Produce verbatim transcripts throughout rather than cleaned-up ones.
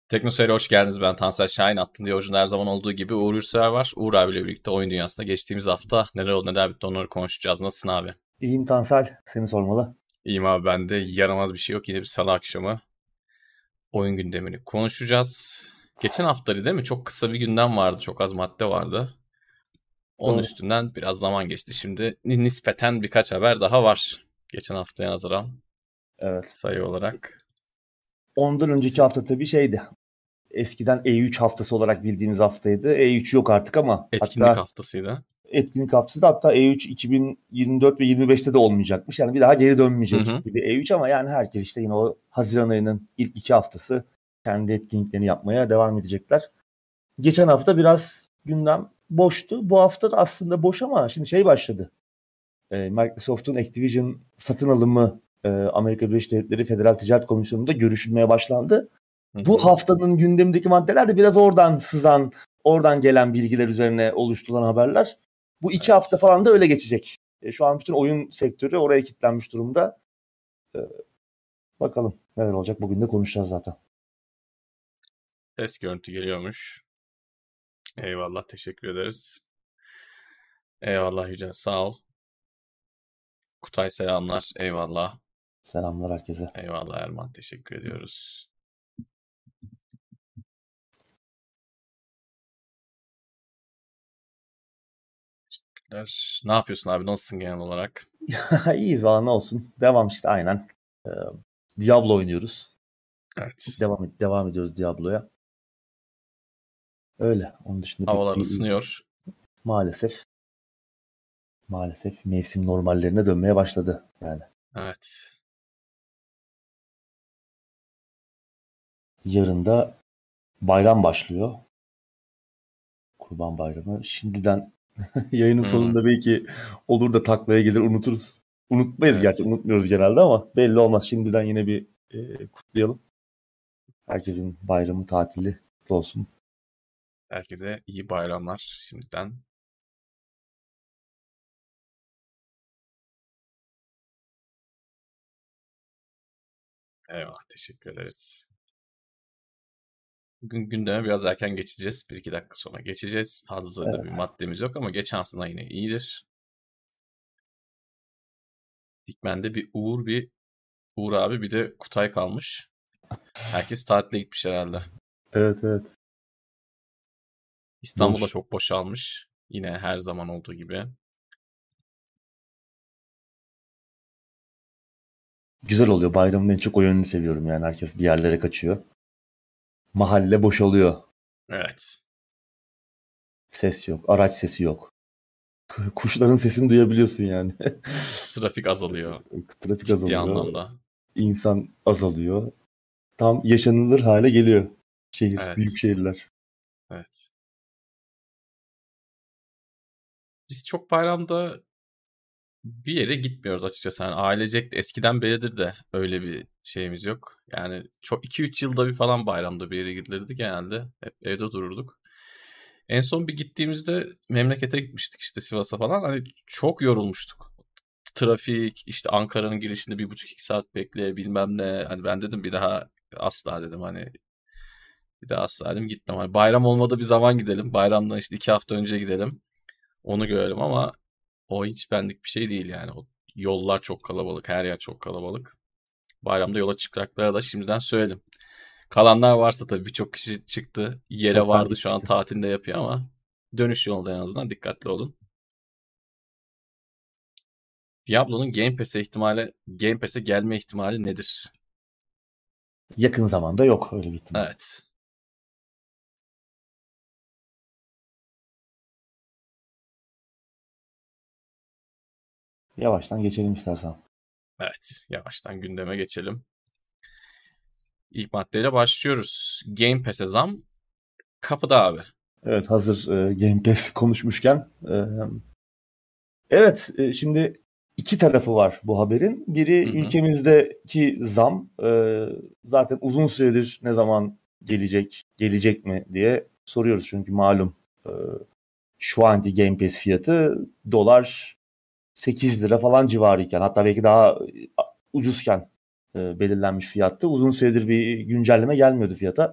Teknoseyir'e hoş geldiniz. Ben Tansel Şahin. Attın diye orijinal her zaman olduğu gibi Uğur Yurtsever var. Uğur abiyle birlikte oyun dünyasında geçtiğimiz hafta neler oldu neler bitti onları konuşacağız. Nasılsın abi? İyiyim Tansel. Seni sormalı. İyiyim abi, ben de yaramaz bir şey yok. Yine bir salı akşamı oyun gündemini konuşacağız. Geçen haftaydı değil mi? Çok kısa bir gündem vardı. Çok az madde vardı. Onun Doğru. üstünden biraz zaman geçti. Şimdi nispeten birkaç haber daha var. Geçen haftaya nazaran Evet. sayı olarak. Ondan önceki hafta tabii şeydi. Eskiden E üç haftası olarak bildiğimiz haftaydı. E üç yok artık ama Etkinlik hatta haftasıydı. etkinlik haftası da hatta E üç iki bin yirmi dört ve yirmi beşte de olmayacakmış. Yani bir daha geri Hı dönmeyecek hı. gibi E üç ama yani herkes işte yine o Haziran ayının ilk iki haftası kendi etkinliklerini yapmaya devam edecekler. Geçen hafta biraz gündem boştu. Bu hafta da aslında boş ama şimdi şey başladı. Ee, Microsoft'un Activision satın alımı e, Amerika Birleşik Devletleri Federal Ticaret Komisyonu'nda görüşülmeye başlandı. Hı Bu hı. haftanın gündemindeki maddeler de biraz oradan sızan, oradan gelen bilgiler üzerine oluşturulan haberler. Bu iki hafta Evet. falan da öyle geçecek. E, şu an bütün oyun sektörü oraya kilitlenmiş durumda. E, bakalım neler olacak, bugün de konuşacağız zaten. Ses görüntü geliyormuş. Eyvallah, teşekkür ederiz. Eyvallah Yücel, sağ ol. Kutay selamlar. Eyvallah. Selamlar herkese. Eyvallah Erman. Teşekkür ediyoruz. Teşekkürler. Ne yapıyorsun abi? Nasılsın genel olarak? İyiyiz valla, ne olsun. Devam işte aynen. E, Diablo oynuyoruz. Evet. Devam, devam ediyoruz Diablo'ya. Öyle. Onun dışında pek Havalar bir ısınıyor. maalesef maalesef mevsim normallerine dönmeye başladı yani. Evet. Yarın da bayram başlıyor. Kurban Bayramı. Şimdiden yayının Hı, sonunda belki olur da taklaya gelir unuturuz. Unutmayız, gerçi evet. unutmuyoruz genelde ama belli olmaz. Şimdiden yine bir e, kutlayalım. Evet. Herkesin bayramı, tatili kutlu olsun. Herkese iyi bayramlar şimdiden. Eyvallah. Teşekkür ederiz. Bugün gündeme biraz erken geçeceğiz. Bir iki dakika sonra geçeceğiz. Fazla da bir Evet. maddemiz yok ama geçen haftadan yine iyidir. Dikmen'de bir Uğur, bir Uğur abi, bir de Kutay kalmış. Herkes tatile gitmiş herhalde. Evet, evet. İstanbul'da Boş. çok boşalmış. Yine her zaman olduğu gibi. Güzel oluyor. Bayramın en çok o yönünü seviyorum yani. Herkes bir yerlere kaçıyor. Mahalle boşalıyor. Evet. Ses yok. Araç sesi yok. Kuşların sesini duyabiliyorsun yani. Trafik azalıyor Trafik ciddi azalıyor. anlamda. İnsan azalıyor. Tam yaşanılır hale geliyor şehir, büyük Evet. şehirler. Evet. Biz çok bayramda bir yere gitmiyoruz açıkçası. Yani ailecek de eskiden beridir de öyle bir şeyimiz yok. Yani çok iki üç yılda bir falan bayramda bir yere gidilirdi genelde. Hep evde dururduk. En son bir gittiğimizde memlekete gitmiştik, işte Sivas'a falan. Hani çok yorulmuştuk. Trafik, işte Ankara'nın girişinde bir buçuk iki saat bekle bilmem ne. Hani ben dedim bir daha asla, dedim hani bir daha asla dedim gitmem. Hani bayram olmadı bir zaman gidelim. Bayramdan işte iki hafta önce gidelim. Onu görelim ama o hiç benlik bir şey değil yani. O yollar çok kalabalık, her yer çok kalabalık. Bayramda yola çıkacaklara da şimdiden söyledim. Kalanlar varsa tabii, birçok kişi çıktı. Yere Çoktan vardı, şu an gitmiştir. tatilde yapıyor ama dönüş yolunda en azından dikkatli olun. Diablo'nun Game Pass'e ihtimali, Game Pass'e gelme ihtimali nedir? Yakın zamanda yok öyle bir ihtimal. Evet. Yavaştan geçelim istersen. Evet. Yavaştan gündeme geçelim. İlk maddeyle başlıyoruz. Game Pass'e zam kapıda abi. Evet, hazır e, Game Pass konuşmuşken. E, evet, e, şimdi iki tarafı var bu haberin. Biri Hı hı. ülkemizdeki zam. E, zaten uzun süredir ne zaman gelecek, gelecek mi diye soruyoruz. Çünkü malum e, şu anki Game Pass fiyatı dolar sekiz lira falan civarıyken, hatta belki daha ucuzken e, belirlenmiş fiyattı. Uzun süredir bir güncelleme gelmiyordu fiyata.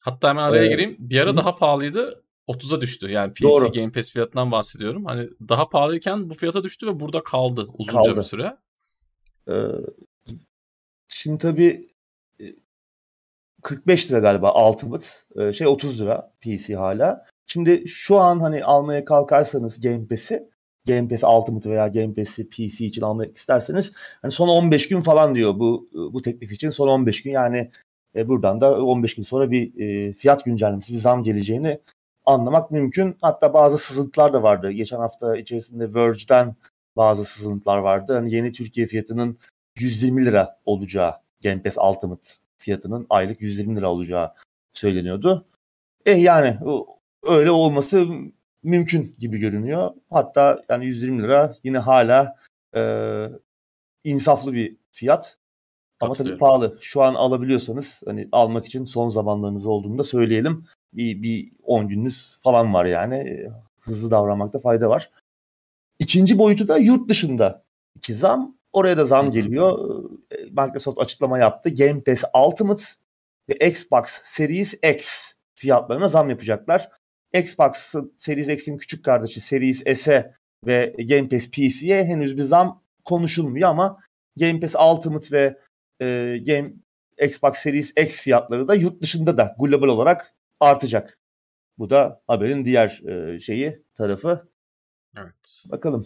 Hatta hemen araya Ee, gireyim. Bir ara hı. daha pahalıydı. otuza düştü. Yani P C Doğru. Game Pass fiyatından bahsediyorum. Hani daha pahalıyken bu fiyata düştü ve burada kaldı uzunca Kaldı. bir süre. Ee, şimdi tabii e, kırk beş lira galiba Ultimate. Ee, şey otuz lira P C hala. Şimdi şu an hani almaya kalkarsanız Game Pass'i, Game Pass Ultimate veya Game Pass'i P C için almak isterseniz hani son on beş gün falan diyor bu bu teklif için, son on beş gün, yani e, buradan da on beş gün sonra bir e, fiyat güncellemesi, bir zam geleceğini anlamak mümkün. Hatta bazı sızıntılar da vardı. Geçen hafta içerisinde Verge'den bazı sızıntılar vardı. Hani yeni Türkiye fiyatının yüz yirmi lira olacağı, Game Pass Ultimate fiyatının aylık yüz yirmi lira olacağı söyleniyordu. E yani öyle olması mümkün gibi görünüyor. Hatta yani yüz yirmi lira yine hala e, insaflı bir fiyat. Ama tabii pahalı. Şu an alabiliyorsanız hani almak için son zamanlarınız olduğunu da söyleyelim. Bir, bir on gününüz falan var yani. Hızlı davranmakta fayda var. İkinci boyutu da yurt dışında iki zam. Oraya da zam geliyor. Microsoft açıklama yaptı. Game Pass Ultimate ve Xbox Series X fiyatlarına zam yapacaklar. Xbox Series X'in küçük kardeşi Series S'e ve Game Pass P C'ye henüz bir zam konuşulmuyor ama Game Pass Ultimate ve e, Game Xbox Series X fiyatları da yurt dışında da global olarak artacak. Bu da haberin diğer e, şeyi, tarafı. Evet. Bakalım.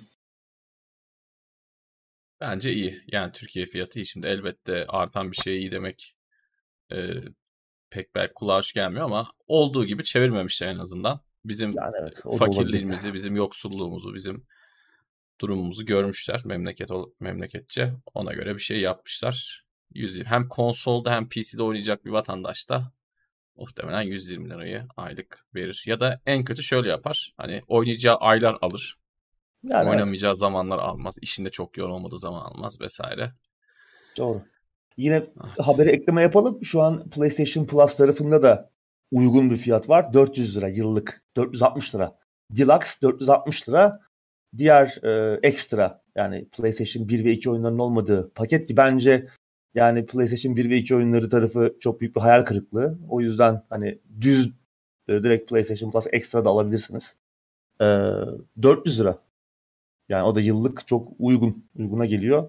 Bence iyi. Yani Türkiye fiyatı iyi. Şimdi elbette artan bir şey iyi demek e, pek belki kulağa hoş gelmiyor ama olduğu gibi çevirmemişler en azından. Bizim yani evet, fakirliğimizi, bizim yoksulluğumuzu, bizim durumumuzu görmüşler memleket memleketçe. Ona göre bir şey yapmışlar. yüz yirmi hem konsolda hem P C'de oynayacak bir vatandaş da muhtemelen yüz yirmi lirayı aylık verir. Ya da en kötü şöyle yapar. Hani oynayacağı aylar alır. Yani oynamayacağı evet. zamanlar almaz. İşinde çok yoğun olmadığı zaman almaz vesaire. Doğru. Yine evet. habere ekleme yapalım. Şu an PlayStation Plus tarafında da uygun bir fiyat var. dört yüz lira yıllık. dört yüz altmış lira. Deluxe dört yüz altmış lira. Diğer e, ekstra, yani PlayStation bir ve iki oyunlarının olmadığı paket, ki bence yani PlayStation bir ve iki oyunları tarafı çok büyük bir hayal kırıklığı. O yüzden hani düz e, direkt PlayStation Plus ekstra da alabilirsiniz. E, dört yüz lira. Yani o da yıllık çok uygun, uyguna geliyor.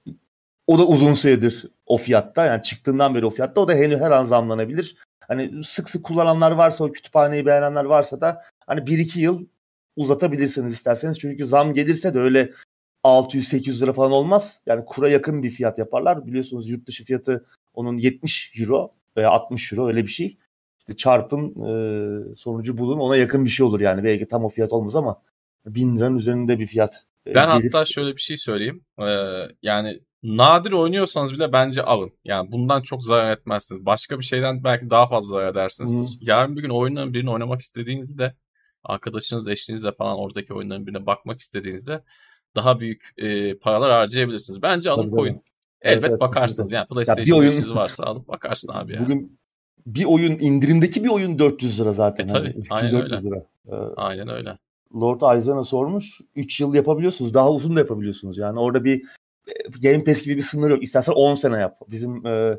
O da uzun süredir o fiyatta, yani çıktığından beri o fiyatta. O da henüz her an zamlanabilir. Hani sık sık kullananlar varsa, o kütüphaneyi beğenenler varsa da hani bir iki yıl uzatabilirsiniz isterseniz. Çünkü zam gelirse de öyle altı yüz sekiz yüz lira falan olmaz. Yani kura yakın bir fiyat yaparlar. Biliyorsunuz yurt dışı fiyatı onun yetmiş euro veya altmış euro, öyle bir şey. İşte çarpın e, sonucu bulun, ona yakın bir şey olur yani. Belki tam o fiyat olmaz ama bin liranın üzerinde bir fiyat e, ben gelir. Hatta şöyle bir şey söyleyeyim. Ee, yani nadir oynuyorsanız bile bence alın. Yani bundan çok zarar etmezsiniz. Başka bir şeyden belki daha fazla zarar edersiniz. Hı. Yarın bir gün oyunların birini oynamak istediğinizde, arkadaşınız, eşinizle falan oradaki oyunların birine bakmak istediğinizde daha büyük e, paralar harcayabilirsiniz. Bence alın, tabii, koyun. Tabii. Elbet evet, evet, bakarsınız. Kesinlikle. Yani PlayStation ya oyun... varsa alıp bakarsın abi ya. Bugün bir oyun, indirimdeki bir oyun dört yüz lira zaten. E, tabii. Hani aynen dört yüz öyle. Lira. Ee, aynen öyle. Lord Aizen'a sormuş. üç yıl yapabiliyorsunuz. Daha uzun da yapabiliyorsunuz. Yani orada bir Game Pass gibi bir sınır yok. İstersen on sene yap. Bizim e,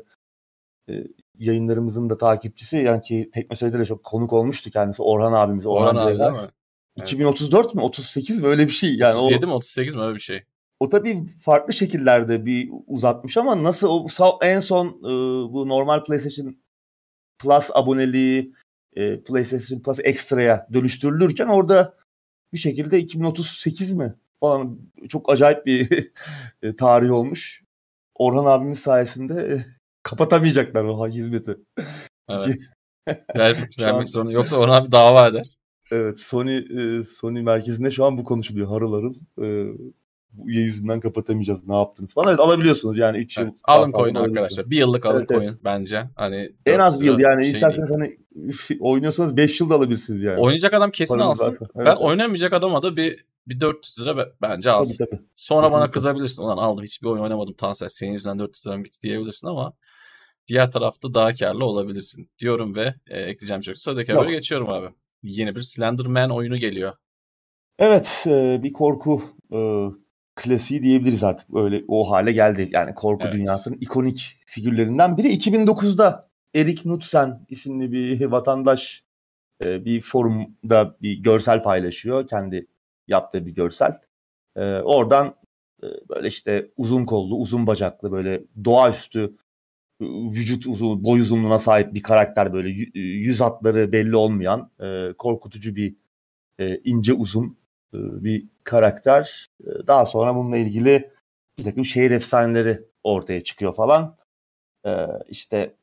e, yayınlarımızın da takipçisi, yani ki Teknoseyir'de de çok konuk olmuştu kendisi, Orhan abimiz. Orhan, Orhan abi değil mi? Evet. iki bin otuz dört mü? otuz sekiz mi? Öyle bir şey. Yani otuz yedi o, mi? otuz sekiz mi? Öyle bir şey. O tabii farklı şekillerde bir uzatmış ama nasıl o en son e, bu normal PlayStation Plus aboneliği e, PlayStation Plus Extra'ya dönüştürülürken orada bir şekilde iki bin otuz sekiz mi falan, çok acayip bir tarih olmuş. Orhan abimiz sayesinde e, kapatamayacaklar o hizmeti. Evet. Vermek, vermek zorunda. Yoksa Orhan abi dava eder. Evet, Sony e, Sony merkezinde şu an bu konuşuluyor harıl harıl. E, bu üye yüzünden kapatamayacağız. Ne yaptınız falan. Evet, alabiliyorsunuz yani üç evet, yıl. Alın koyun arkadaşlar. Bir yıllık alın evet, koyun evet. bence. Hani en az bir yıl yani. Şey isterseniz değil. Hani oynuyorsanız beş yıl da alabilirsiniz yani. Oynayacak adam kesin Paranız alsın. Evet, ben evet. oynamayacak adama da bir bir dört yüz lira bence alsın. Tabii, tabii. Sonra kesinlikle. Bana kızabilirsin. Ulan aldım hiçbir oyun oynamadım Tansel. Senin yüzünden dört yüz liram gitti diyebilirsin ama diğer tarafta daha karlı olabilirsin diyorum ve e, ekleyeceğim şey. Sıradaki habere geçiyorum abi. Yeni bir Slenderman oyunu geliyor. Evet, e, bir korku e, klasiği diyebiliriz artık. Öyle o hale geldi. Yani korku evet. dünyasının ikonik figürlerinden biri. iki bin dokuzda Erik Knudsen isimli bir vatandaş e, bir forumda bir görsel paylaşıyor. Kendi yaptığı bir görsel. E, oradan e, böyle işte uzun kollu, uzun bacaklı, böyle doğaüstü vücut uzun, boy uzunluğuna sahip bir karakter, böyle yüz hatları belli olmayan e, korkutucu bir e, ince uzun e, bir karakter. E, daha sonra bununla ilgili bir takım şehir efsaneleri ortaya çıkıyor falan. E, işte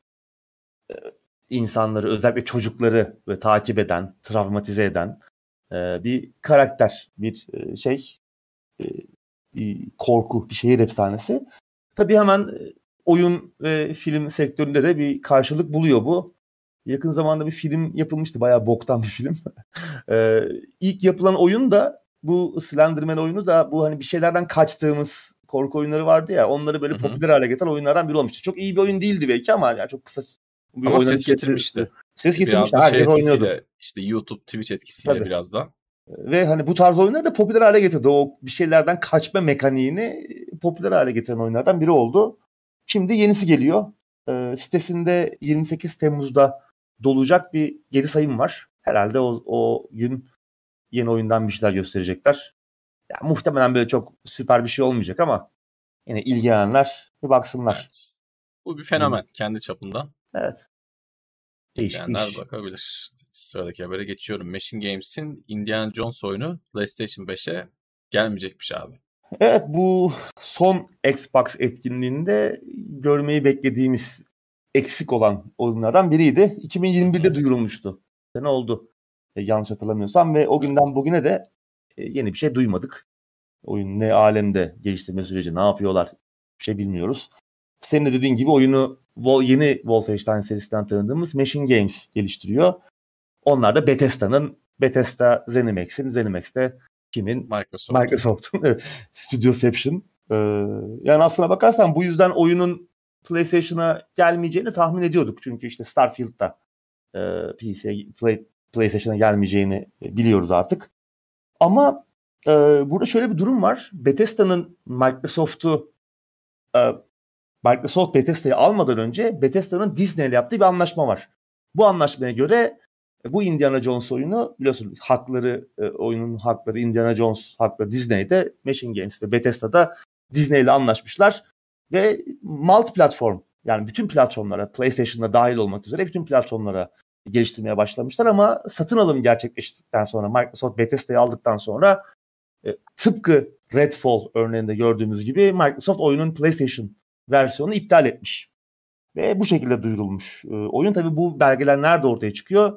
e, insanları, özellikle çocukları böyle takip eden, travmatize eden e, bir karakter, bir e, şey, e, bir korku, bir şehir efsanesi. Tabii hemen e, oyun ve film sektöründe de bir karşılık buluyor bu. Yakın zamanda bir film yapılmıştı. Bayağı boktan bir film. ee, ilk yapılan oyun da, bu Slenderman oyunu da, bu hani bir şeylerden kaçtığımız korku oyunları vardı ya, onları böyle Hı hı. popüler hale getiren oyunlardan biri olmuştu. Çok iyi bir oyun değildi belki ama yani çok kısa bir Ama oynanış ses getirmişti. Ses Biraz getirmişti. da şey Herkes oynuyordu. etkisiyle, işte YouTube, Twitch etkisiyle Tabii. biraz da. Ve hani bu tarz oyunları da popüler hale getirdi. O bir şeylerden kaçma mekaniğini popüler hale getiren oyunlardan biri oldu. Şimdi yenisi geliyor. Ee, sitesinde yirmi sekiz Temmuz'da dolacak bir geri sayım var. Herhalde o, o gün yeni oyundan bir şeyler gösterecekler. Yani muhtemelen böyle çok süper bir şey olmayacak ama yine ilgilenenler bir baksınlar. Evet. Bu bir fenomen hmm. kendi çapında. Evet. Değişik bir iş. Bakabilir. Sıradaki habere geçiyorum. Machine Games'in Indiana Jones oyunu PlayStation beşe gelmeyecekmiş abi. Evet, bu son Xbox etkinliğinde görmeyi beklediğimiz, eksik olan oyunlardan biriydi. iki bin yirmi birde Hı. duyurulmuştu. Ne oldu? E, yanlış hatırlamıyorsam, ve o günden evet. bugüne de e, yeni bir şey duymadık. Oyun ne alemde, geliştirme süreci ne yapıyorlar, bir şey bilmiyoruz. Senin de dediğin gibi oyunu yeni Wolfenstein serisinden tanıdığımız Machine Games geliştiriyor. Onlar da Bethesda'nın, Bethesda ZeniMax'in, ZeniMax'te kimin? Microsoft. Microsoft'un Studioception. Ee, yani aslına bakarsan bu yüzden oyunun PlayStation'a gelmeyeceğini tahmin ediyorduk. Çünkü işte Starfield'da e, P C'ye, Play, PlayStation'a gelmeyeceğini biliyoruz artık. Ama e, burada şöyle bir durum var. Bethesda'nın Microsoft'u e, Microsoft Bethesda'yı almadan önce Bethesda'nın Disney ile yaptığı bir anlaşma var. Bu anlaşmaya göre bu Indiana Jones oyunu, biliyorsunuz hakları, oyunun hakları, Indiana Jones hakları Disney'de, Machine Games ve Bethesda'da Disney ile anlaşmışlar ve multi platform, yani bütün platformlara, PlayStation'da dahil olmak üzere bütün platformlara geliştirmeye başlamışlar. Ama satın alım gerçekleştikten sonra, Microsoft Bethesda'yı aldıktan sonra tıpkı Redfall örneğinde gördüğümüz gibi Microsoft oyunun PlayStation versiyonunu iptal etmiş. Ve bu şekilde duyurulmuş oyun. Tabii bu belgeler nerede ortaya çıkıyor?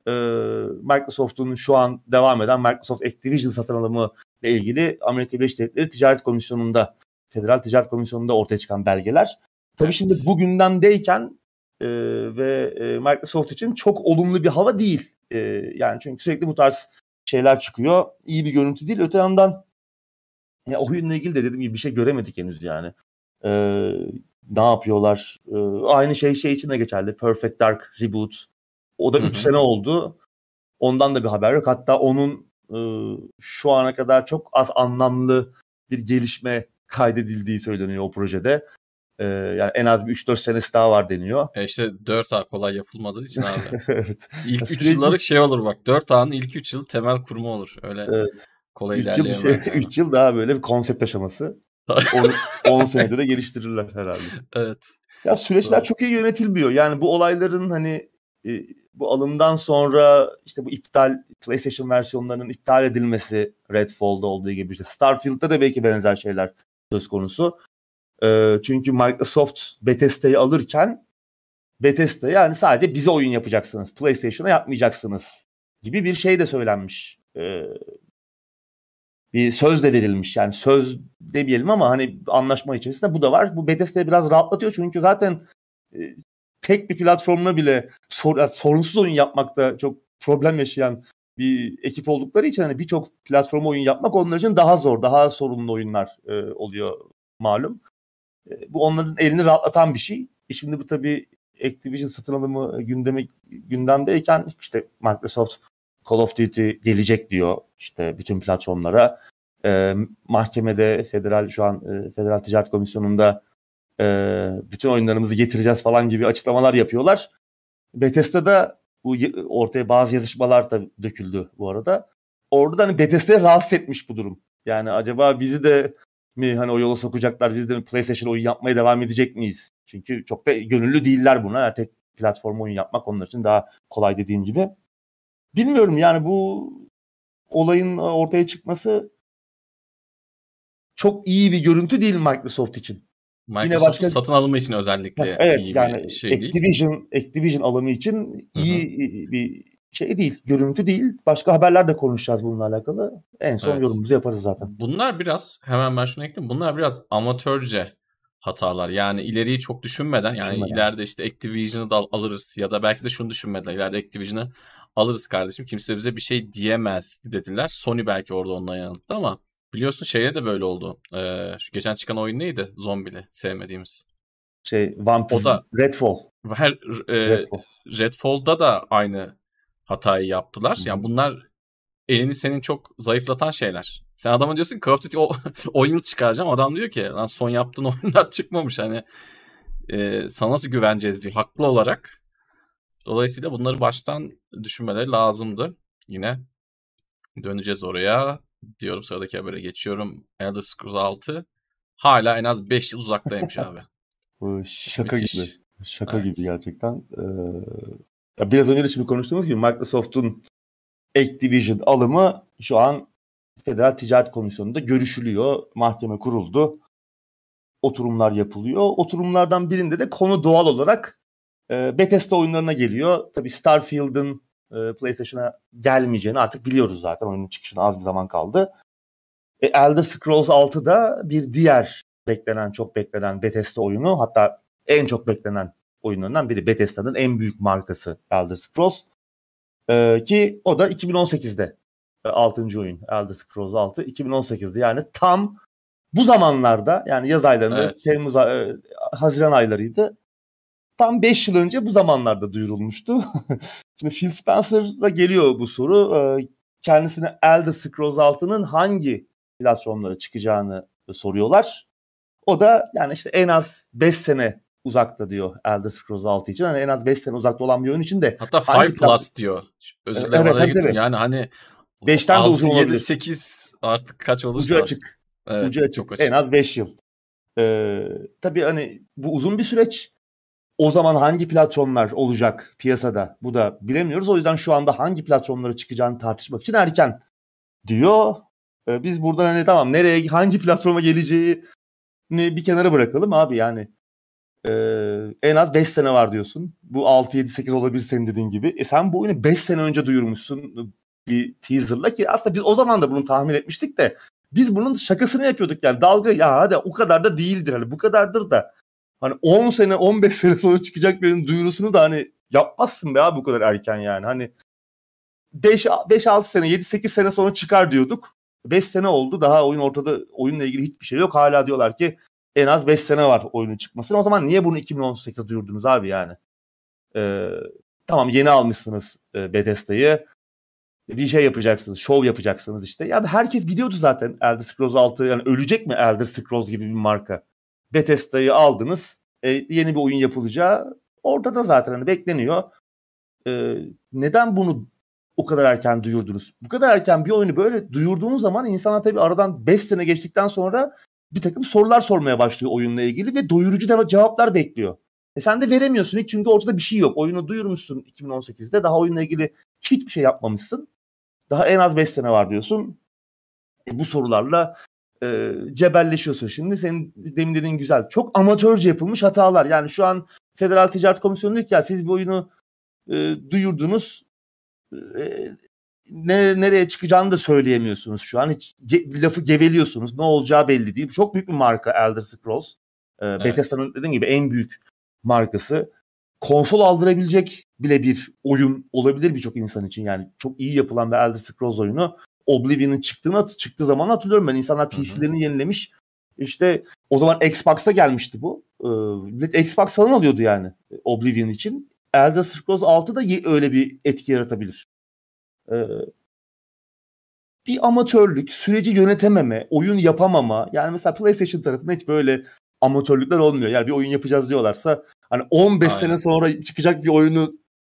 Microsoft'un şu an devam eden Microsoft Activision satın alımı ile ilgili Amerika Birleşik Devletleri Ticaret Komisyonu'nda, Federal Ticaret Komisyonu'nda ortaya çıkan belgeler. Tabii evet. Şimdi bu gündemdeyken e, ve e, Microsoft için çok olumlu bir hava değil. E, yani çünkü sürekli bu tarz şeyler çıkıyor. İyi bir görüntü değil. Öte yandan ya, oyunla ilgili de dediğim gibi bir şey göremedik henüz yani. E, ne yapıyorlar? E, aynı şey şey için de geçerli. Perfect Dark Reboot. O da üç sene oldu. Ondan da bir haber yok. Hatta onun e, şu ana kadar çok az anlamlı bir gelişme kaydedildiği söyleniyor o projede. E, yani en az bir üç dört senesi daha var deniyor. E işte dört A kolay yapılmadığı için abi. Evet. İlk üç süreci... yıllık şey olur bak. dört A'nın ilk üç yıl temel kurma olur. Öyle evet. kolay ilerleyemez. üç yıl, şey, yani. yıl daha böyle bir konsept aşaması. on senede de geliştirirler herhalde. Evet. Ya süreçler evet. çok iyi yönetilmiyor. Yani bu olayların hani e, bu alımdan sonra işte bu iptal, PlayStation versiyonlarının iptal edilmesi, Redfall'da olduğu gibi, işte Starfield'da da belki benzer şeyler söz konusu. E, çünkü Microsoft Bethesda'yı alırken Bethesda yani sadece bize oyun yapacaksınız, PlayStation'a yapmayacaksınız gibi bir şey de söylenmiş. E, bir söz de verilmiş. Yani söz demeyelim ama hani anlaşma içerisinde bu da var. Bu Bethesda'yı biraz rahatlatıyor çünkü zaten e, tek bir platformla bile sor, sorunsuz oyun yapmakta çok problem yaşayan bir ekip oldukları için hani birçok platforma oyun yapmak onlar için daha zor, daha sorunlu oyunlar e, oluyor malum. E, bu onların elini rahatlatan bir şey. E şimdi bu tabii Activision satın alımı gündeme gündemdeyken işte Microsoft Call of Duty gelecek diyor işte bütün platformlara. E, mahkemede federal şu an e, Federal Ticaret Komisyonu'nda e, bütün oyunlarımızı getireceğiz falan gibi açıklamalar yapıyorlar. Bethesda'da bu ortaya bazı yazışmalar da döküldü bu arada. Orada da hani Bethesda'ya rahatsız etmiş bu durum. Yani acaba bizi de mi hani o yola sokacaklar, biz de mi PlayStation oyun yapmaya devam edecek miyiz? Çünkü çok da gönüllü değiller buna. Yani tek platform oyun yapmak onlar için daha kolay dediğim gibi. Bilmiyorum yani bu olayın ortaya çıkması çok iyi bir görüntü değil Microsoft için. Microsoft'un başka... satın alımı için özellikle evet, iyi yani bir şey değil. Activision, Activision alımı için iyi Hı-hı. bir şey değil, görüntü değil. Başka haberler de konuşacağız bununla alakalı. En son evet. yorumumuzu yaparız zaten. Bunlar biraz, hemen ben şunu ekleyeyim. Bunlar biraz amatörce hatalar. Yani ileriyi çok düşünmeden, yani düşünmeden. ileride işte Activision'ı da alırız ya da belki de şunu düşünmediler. İleride Activision'ı alırız kardeşim. Kimse bize bir şey diyemez dediler. Sony belki orada ondan yanılttı ama biliyorsun şeye de böyle oldu. Ee, şu geçen çıkan oyun neydi? Zombili sevmediğimiz. Şey, Vampire, o da Redfall. Her, e, Redfall. Redfall'da da aynı hatayı yaptılar. Hı-hı. Yani bunlar elini senin çok zayıflatan şeyler. Sen adama diyorsun ki Call of Duty on yıl çıkaracağım. Adam diyor ki lan son yaptığın oyunlar çıkmamış. Hani e, sana nasıl güveneceğiz diyor. Haklı olarak. Dolayısıyla bunları baştan düşünmeleri lazımdı. Yine döneceğiz oraya. Diyorum, sıradaki habere geçiyorum. Elder Scrolls altı hala en az beş yıl uzaktaymış abi. Şaka Müthiş. gibi. Şaka evet. gibi gerçekten. Ee, biraz önce de şimdi konuştuğumuz gibi Microsoft'un Activision alımı şu an Federal Ticaret Komisyonu'nda görüşülüyor. Mahkeme kuruldu. Oturumlar yapılıyor. Oturumlardan birinde de konu doğal olarak e, Bethesda oyunlarına geliyor. Tabii Starfield'ın e, PlayStation'a gelmeyeceğini artık biliyoruz zaten. Oyunun çıkışına az bir zaman kaldı. E, Elder Scrolls altı da bir diğer beklenen, çok beklenen Bethesda oyunu. Hatta en çok beklenen oyunlarından biri. Bethesda'nın en büyük markası Elder Scrolls. Ee, ki o da iki bin on sekizde altıncı oyun Elder Scrolls altı iki bin on sekizde yani tam bu zamanlarda, yani yaz aylarında evet. Temmuz e, Haziran aylarıydı. Tam beş yıl önce bu zamanlarda duyurulmuştu. Şimdi Phil Spencer'a geliyor bu soru. Ee, kendisine Elder Scrolls altının hangi platformlara çıkacağını soruyorlar. O da yani işte en az beş sene uzakta diyor Elder Scrolls altı için. Hani en az beş sene uzakta olan bir oyun için de. Hatta beş plus diyor. Özür dilerim, evet, tabii, tabii. Yani hani beşten de uzun olabilir. yedi sekiz artık kaç olursa. Ucu açık. Evet, Ucu açık. Çok açık. En az beş yıl. Ee, tabii hani bu uzun bir süreç. O zaman hangi platformlar olacak piyasada? Bu da bilemiyoruz. O yüzden şu anda hangi platformlara çıkacağını tartışmak için erken diyor. Ee, biz buradan hani tamam nereye, hangi platforma geleceğini bir kenara bırakalım abi yani. Ee, en az beş sene var diyorsun. Bu altı yedi sekiz olabilir senin dediğin gibi. E sen bu oyunu beş sene önce duyurmuşsun bir teaserla, ki aslında biz o zaman da bunu tahmin etmiştik de biz bunun şakasını yapıyorduk yani, dalga ya hadi o kadar da değildir, hani bu kadardır da hani on sene on beş sene sonra çıkacak bir oyunun duyurusunu da hani yapmazsın be abi bu kadar erken yani. Hani beş altı sene yedi sekiz sene sonra çıkar diyorduk. beş sene oldu, daha oyun ortada, oyunla ilgili hiçbir şey yok. Hala diyorlar ki en az beş sene var oyunun çıkmasına. O zaman niye bunu iki bin on sekizde duyurdunuz abi yani? Ee, tamam yeni almışsınız e, Bethesda'yı. Bir şey yapacaksınız, şov yapacaksınız işte. Ya herkes biliyordu zaten Elder Scrolls altı yani ölecek mi Elder Scrolls gibi bir marka? Bethesda'yı aldınız, e, yeni bir oyun yapılacağı orada da zaten hani bekleniyor. E, neden bunu o kadar erken duyurdunuz? Bu kadar erken bir oyunu böyle duyurduğunuz zaman insanlar tabii aradan beş sene geçtikten sonra bir takım sorular sormaya başlıyor oyunla ilgili ve doyurucu da cevaplar bekliyor. E sen de veremiyorsun hiç, çünkü ortada bir şey yok. Oyunu duyurmuşsun iki bin on sekizde, daha oyunla ilgili hiçbir şey yapmamışsın. Daha en az beş sene var diyorsun. E bu sorularla e, cebelleşiyorsun şimdi. Senin demin dediğin güzel. Çok amatörce yapılmış hatalar. Yani şu an Federal Ticaret Komisyonu diyor ki ya siz bu oyunu e, duyurdunuz. E, ne, nereye çıkacağını da söyleyemiyorsunuz şu an. Hiç ge, lafı geveliyorsunuz. Ne olacağı belli değil. Çok büyük bir marka Elder Scrolls. E, evet. Bethesda'nın dediğim gibi en büyük markası. Konsol aldırabilecek bile bir oyun olabilir birçok insan için. Yani çok iyi yapılan bir Elder Scrolls oyunu. Oblivion'ın çıktığını, çıktığı zaman hatırlıyorum ben. İnsanlar P C'lerini yenilemiş. İşte o zaman Xbox'a gelmişti bu. Ee, Xbox falan alıyordu yani Oblivion için. Elder Scrolls altı da öyle bir etki yaratabilir. Ee, bir amatörlük, süreci yönetememe, oyun yapamama. Yani mesela PlayStation tarafında hiç böyle amatörlükler olmuyor. Yani bir oyun yapacağız diyorlarsa hani on beş Aynen. sene sonra çıkacak bir oyunu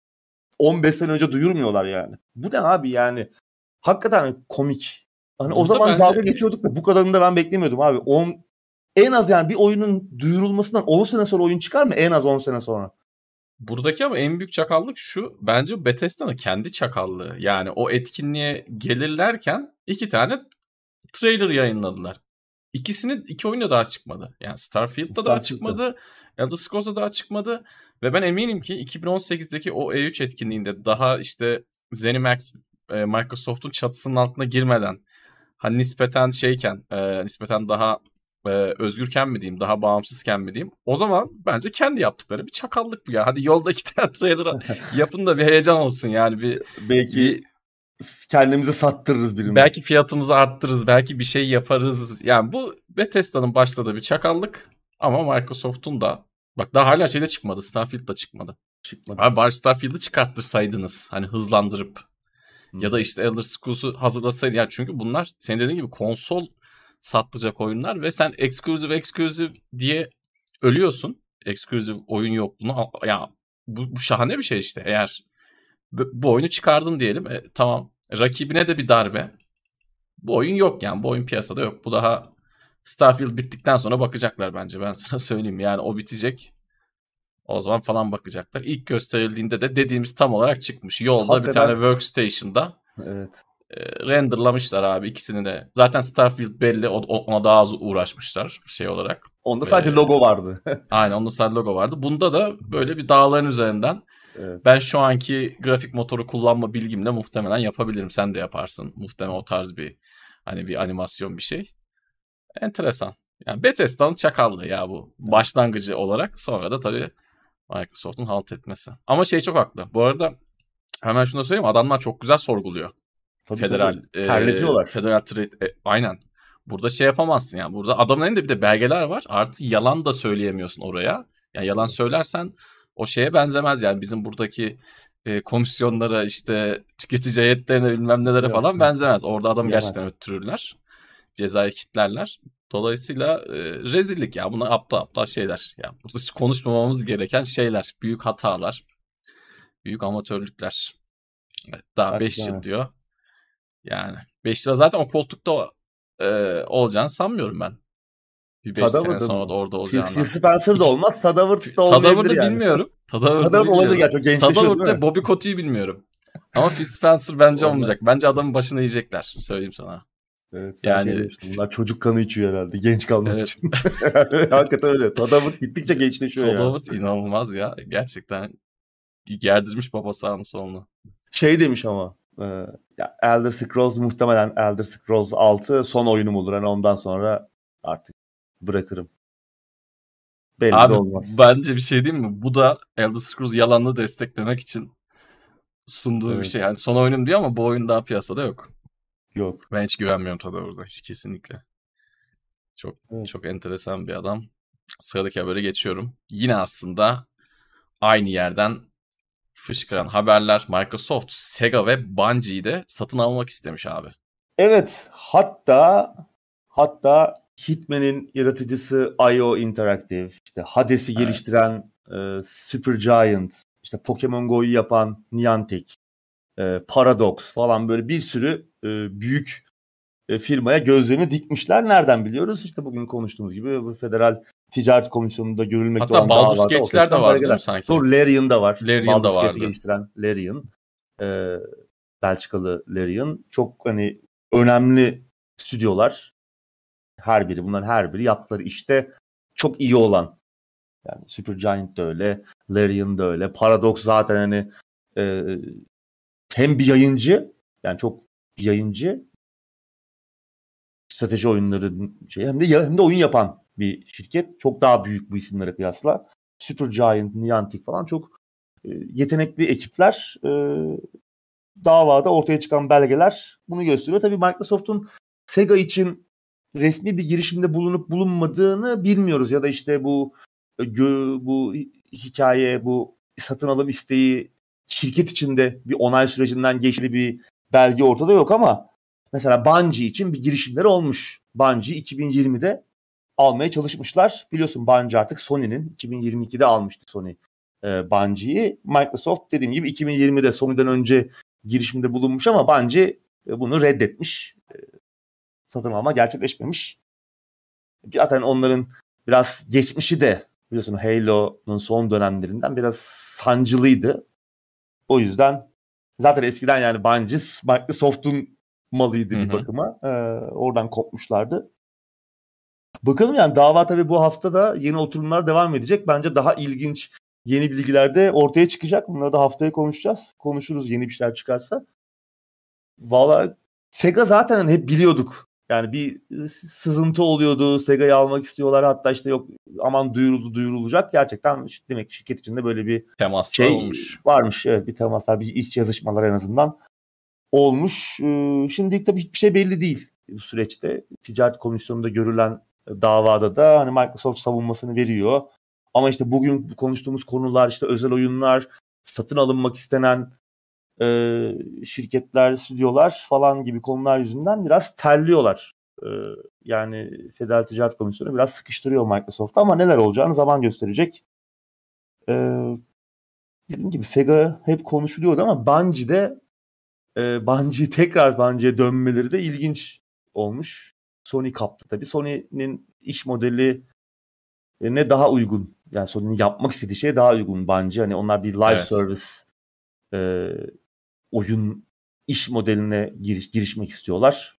on beş sene önce duyurmuyorlar yani. Bu ne abi yani? Hakikaten komik. Hani Burada o zaman bence... dalga geçiyorduk da bu kadarını da ben beklemiyordum abi. on En az yani bir oyunun duyurulmasından on sene sonra oyun çıkar mı? En az on sene sonra. Buradaki ama en büyük çakallık şu. Bence Bethesda'nın kendi çakallığı. Yani o etkinliğe gelirlerken iki tane trailer yayınladılar. İkisinin iki oyunda daha çıkmadı. Yani Starfield'da daha çıkmadı. Elder Scrolls'da daha çıkmadı. Ve ben eminim ki iki bin on sekizdeki o E üç etkinliğinde daha işte ZeniMax e, Microsoft'un çatısının altına girmeden hani nispeten şeyken e, nispeten daha e, özgürken mi diyeyim, daha bağımsızken mi diyeyim, o zaman bence kendi yaptıkları bir çakallık bu ya. Hadi yolda iki tane trailer yapın da bir heyecan olsun yani. Bir belki bir, kendimizi sattırırız birine. Belki fiyatımızı arttırırız, belki bir şey yaparız. Yani bu Bethesda'nın başladığı bir çakallık ama Microsoft'un da bak daha hala şeyde çıkmadı. Starfield da çıkmadı. Çıkmadı. Abi bari Starfield'ı çıkartırsaydınız hani hızlandırıp hmm. ya da işte Elder Scrolls'u hazırlasaydın. Yani çünkü bunlar senin dediğin gibi konsol satacak oyunlar ve sen exclusive exclusive diye ölüyorsun. Exclusive oyun yokluğunu. Ya bu, bu şahane bir şey işte. Eğer bu, bu oyunu çıkardın diyelim. E, tamam. Rakibine de bir darbe. Bu oyun yok yani. Bu oyun piyasada yok. Bu daha Starfield bittikten sonra bakacaklar bence. Ben sana söyleyeyim. Yani o bitecek. O zaman falan bakacaklar. İlk gösterildiğinde de dediğimiz tam olarak çıkmış. Yolda hakikaten bir tane workstation'da evet. e, renderlamışlar abi ikisini de. Zaten Starfield belli. Ona daha az uğraşmışlar şey olarak. Onda Ve, sadece logo vardı. Aynen, onda sadece logo vardı. Bunda da böyle bir dağların üzerinden evet. Ben şu anki grafik motoru kullanma bilgimle muhtemelen yapabilirim. Sen de yaparsın. Muhtemelen o tarz bir hani bir animasyon bir şey. Enteresan. Yani Bethesda'nın çakallığı ya bu. Evet. Başlangıcı olarak. Sonra da tabii Microsoft'un halt etmesi. Ama şey çok haklı. Bu arada hemen şunu da söyleyeyim. Adamlar çok güzel sorguluyor. Tabii, federal. Tabii. Terletiyorlar. E, federal trade. E, aynen. Burada şey yapamazsın yani. Burada adamın elinde bir de belgeler var. Artı yalan da söyleyemiyorsun oraya. Yani yalan evet. söylersen o şeye benzemez yani. Bizim buradaki e, komisyonlara işte tüketici heyetlerine bilmem nelere evet. falan benzemez. Orada adamı Bilemez. gerçekten öttürürler. Cezayı kitlerler. Dolayısıyla e, rezillik ya. Bunlar aptal aptal şeyler. Yani burada hiç konuşmamamız gereken şeyler. Büyük hatalar. Büyük amatörlükler. Evet, daha beş yıl diyor. Yani beş yıl zaten o koltukta e, olacağını sanmıyorum ben. Bir beş sene sonra da orada olacağını. Phil Spencer da olmaz. Tadavert da olmayabilir Tadavert yani. bilmiyorum. Tadavert olabilir gerçekten. Gençleşiyor değil mi? Tadavert Bobby Kotick'i bilmiyorum. Ama Phil Spencer bence olmayacak. Bence adamın başına yiyecekler. Söyleyeyim sana. Evet, yani şey bunlar çocuk kanı içiyor herhalde genç kalmak evet. için. Hakikaten öyle. Tadavert gittikçe gençleşiyor ya. Tadavert inanılmaz ya. Gerçekten gerdirmiş baba sağını solunu. Şey demiş ama e, ya Elder Scrolls muhtemelen Elder Scrolls altı son oyunum olur. Yani ondan sonra artık bırakırım. Belli Abi, de olmaz. Bence bir şey diyeyim mi? Bu da Elder Scrolls yalanını desteklemek için sunduğu evet. bir şey. Yani son oyunum diyor ama bu oyun daha piyasada yok. Yok. Ben hiç güvenmiyorum Tadavert'a. Hiç kesinlikle. Çok evet. çok enteresan bir adam. Sıradaki habere geçiyorum. Yine aslında aynı yerden fışkıran haberler. Microsoft, Sega ve Bungie'yi de satın almak istemiş abi. Evet. Hatta hatta Hitman'in yaratıcısı I O Interactive, işte Hades'i evet. geliştiren e, Supergiant, işte Pokemon Go'yu yapan Niantic, e, Paradox falan böyle bir sürü e, büyük e, firmaya gözlerini dikmişler. Nereden biliyoruz? İşte bugün konuştuğumuz gibi bu Federal Ticaret Komisyonu'nda görülmekte olan davada. Hatta Baldur's Gate'ler de var değil mi sanki? Doğru, Larian da var. Larian Baldur's da vardı. Gate'i geliştiren Larian. E, Belçikalı Larian. Çok hani önemli stüdyolar. Her biri, bunların her biri yaptıkları işte çok iyi olan. Yani Supergiant da öyle, Larian da öyle. Paradox zaten hani e, hem bir yayıncı, yani çok bir yayıncı, strateji oyunları şey, hem de hem de oyun yapan bir şirket. Çok daha büyük bu isimlere kıyasla. Supergiant, Niantic falan çok e, yetenekli ekipler. E, davada ortaya çıkan belgeler bunu gösteriyor. Tabii Microsoft'un Sega için resmi bir girişimde bulunup bulunmadığını bilmiyoruz. Ya da işte bu bu hikaye, bu satın alım isteği şirket içinde bir onay sürecinden geçti, bir belge ortada yok ama mesela Bungie için bir girişimleri olmuş. Bungie iki bin yirmide almaya çalışmışlar. Biliyorsun Bungie artık Sony'nin, iki bin yirmi ikide almıştı Sony e, Bungie'yi. Microsoft dediğim gibi iki bin yirmide Sony'den önce girişimde bulunmuş ama Bungie e, bunu reddetmiş. E, satın alma gerçekleşmemiş. Zaten onların biraz geçmişi de biliyorsun Halo'nun son dönemlerinden biraz sancılıydı. O yüzden zaten eskiden yani Bungie Microsoft'un malıydı bir bakıma. Ee, oradan kopmuşlardı. Bakalım yani dava tabii bu hafta da yeni oturumlar devam edecek. Bence daha ilginç yeni bilgiler de ortaya çıkacak. Bunları da haftaya konuşacağız. Konuşuruz yeni bir şeyler çıkarsa. Valla Sega zaten hep biliyorduk. Yani bir sızıntı oluyordu. Sega'yı almak istiyorlar. Hatta işte yok aman duyuruldu duyurulacak. Gerçekten demek ki şirket içinde böyle bir temaslar şey olmuş. Varmış. Evet bir temaslar, bir iç yazışmalar en azından olmuş. Şimdi tabii hiçbir şey belli değil bu süreçte. Ticaret Komisyonu'nda görülen davada da hani Microsoft savunmasını veriyor. Ama işte bugün konuştuğumuz konular işte özel oyunlar, satın alınmak istenen e, şirketler, stüdyolar falan gibi konular yüzünden biraz terliyorlar. E, yani Federal Ticaret Komisyonu biraz sıkıştırıyor Microsoft'u ama neler olacağını zaman gösterecek. E, dediğim gibi Sega hep konuşuluyordu ama Bungie'de e, Bungie tekrar Bungie'ye dönmeleri de ilginç olmuş. Sony kaptı tabii. Sony'nin iş modeli ne daha uygun. Yani Sony'nin yapmak istediği şeye daha uygun Bungie. Hani onlar bir live evet. service e, oyun iş modeline giriş, girişmek istiyorlar.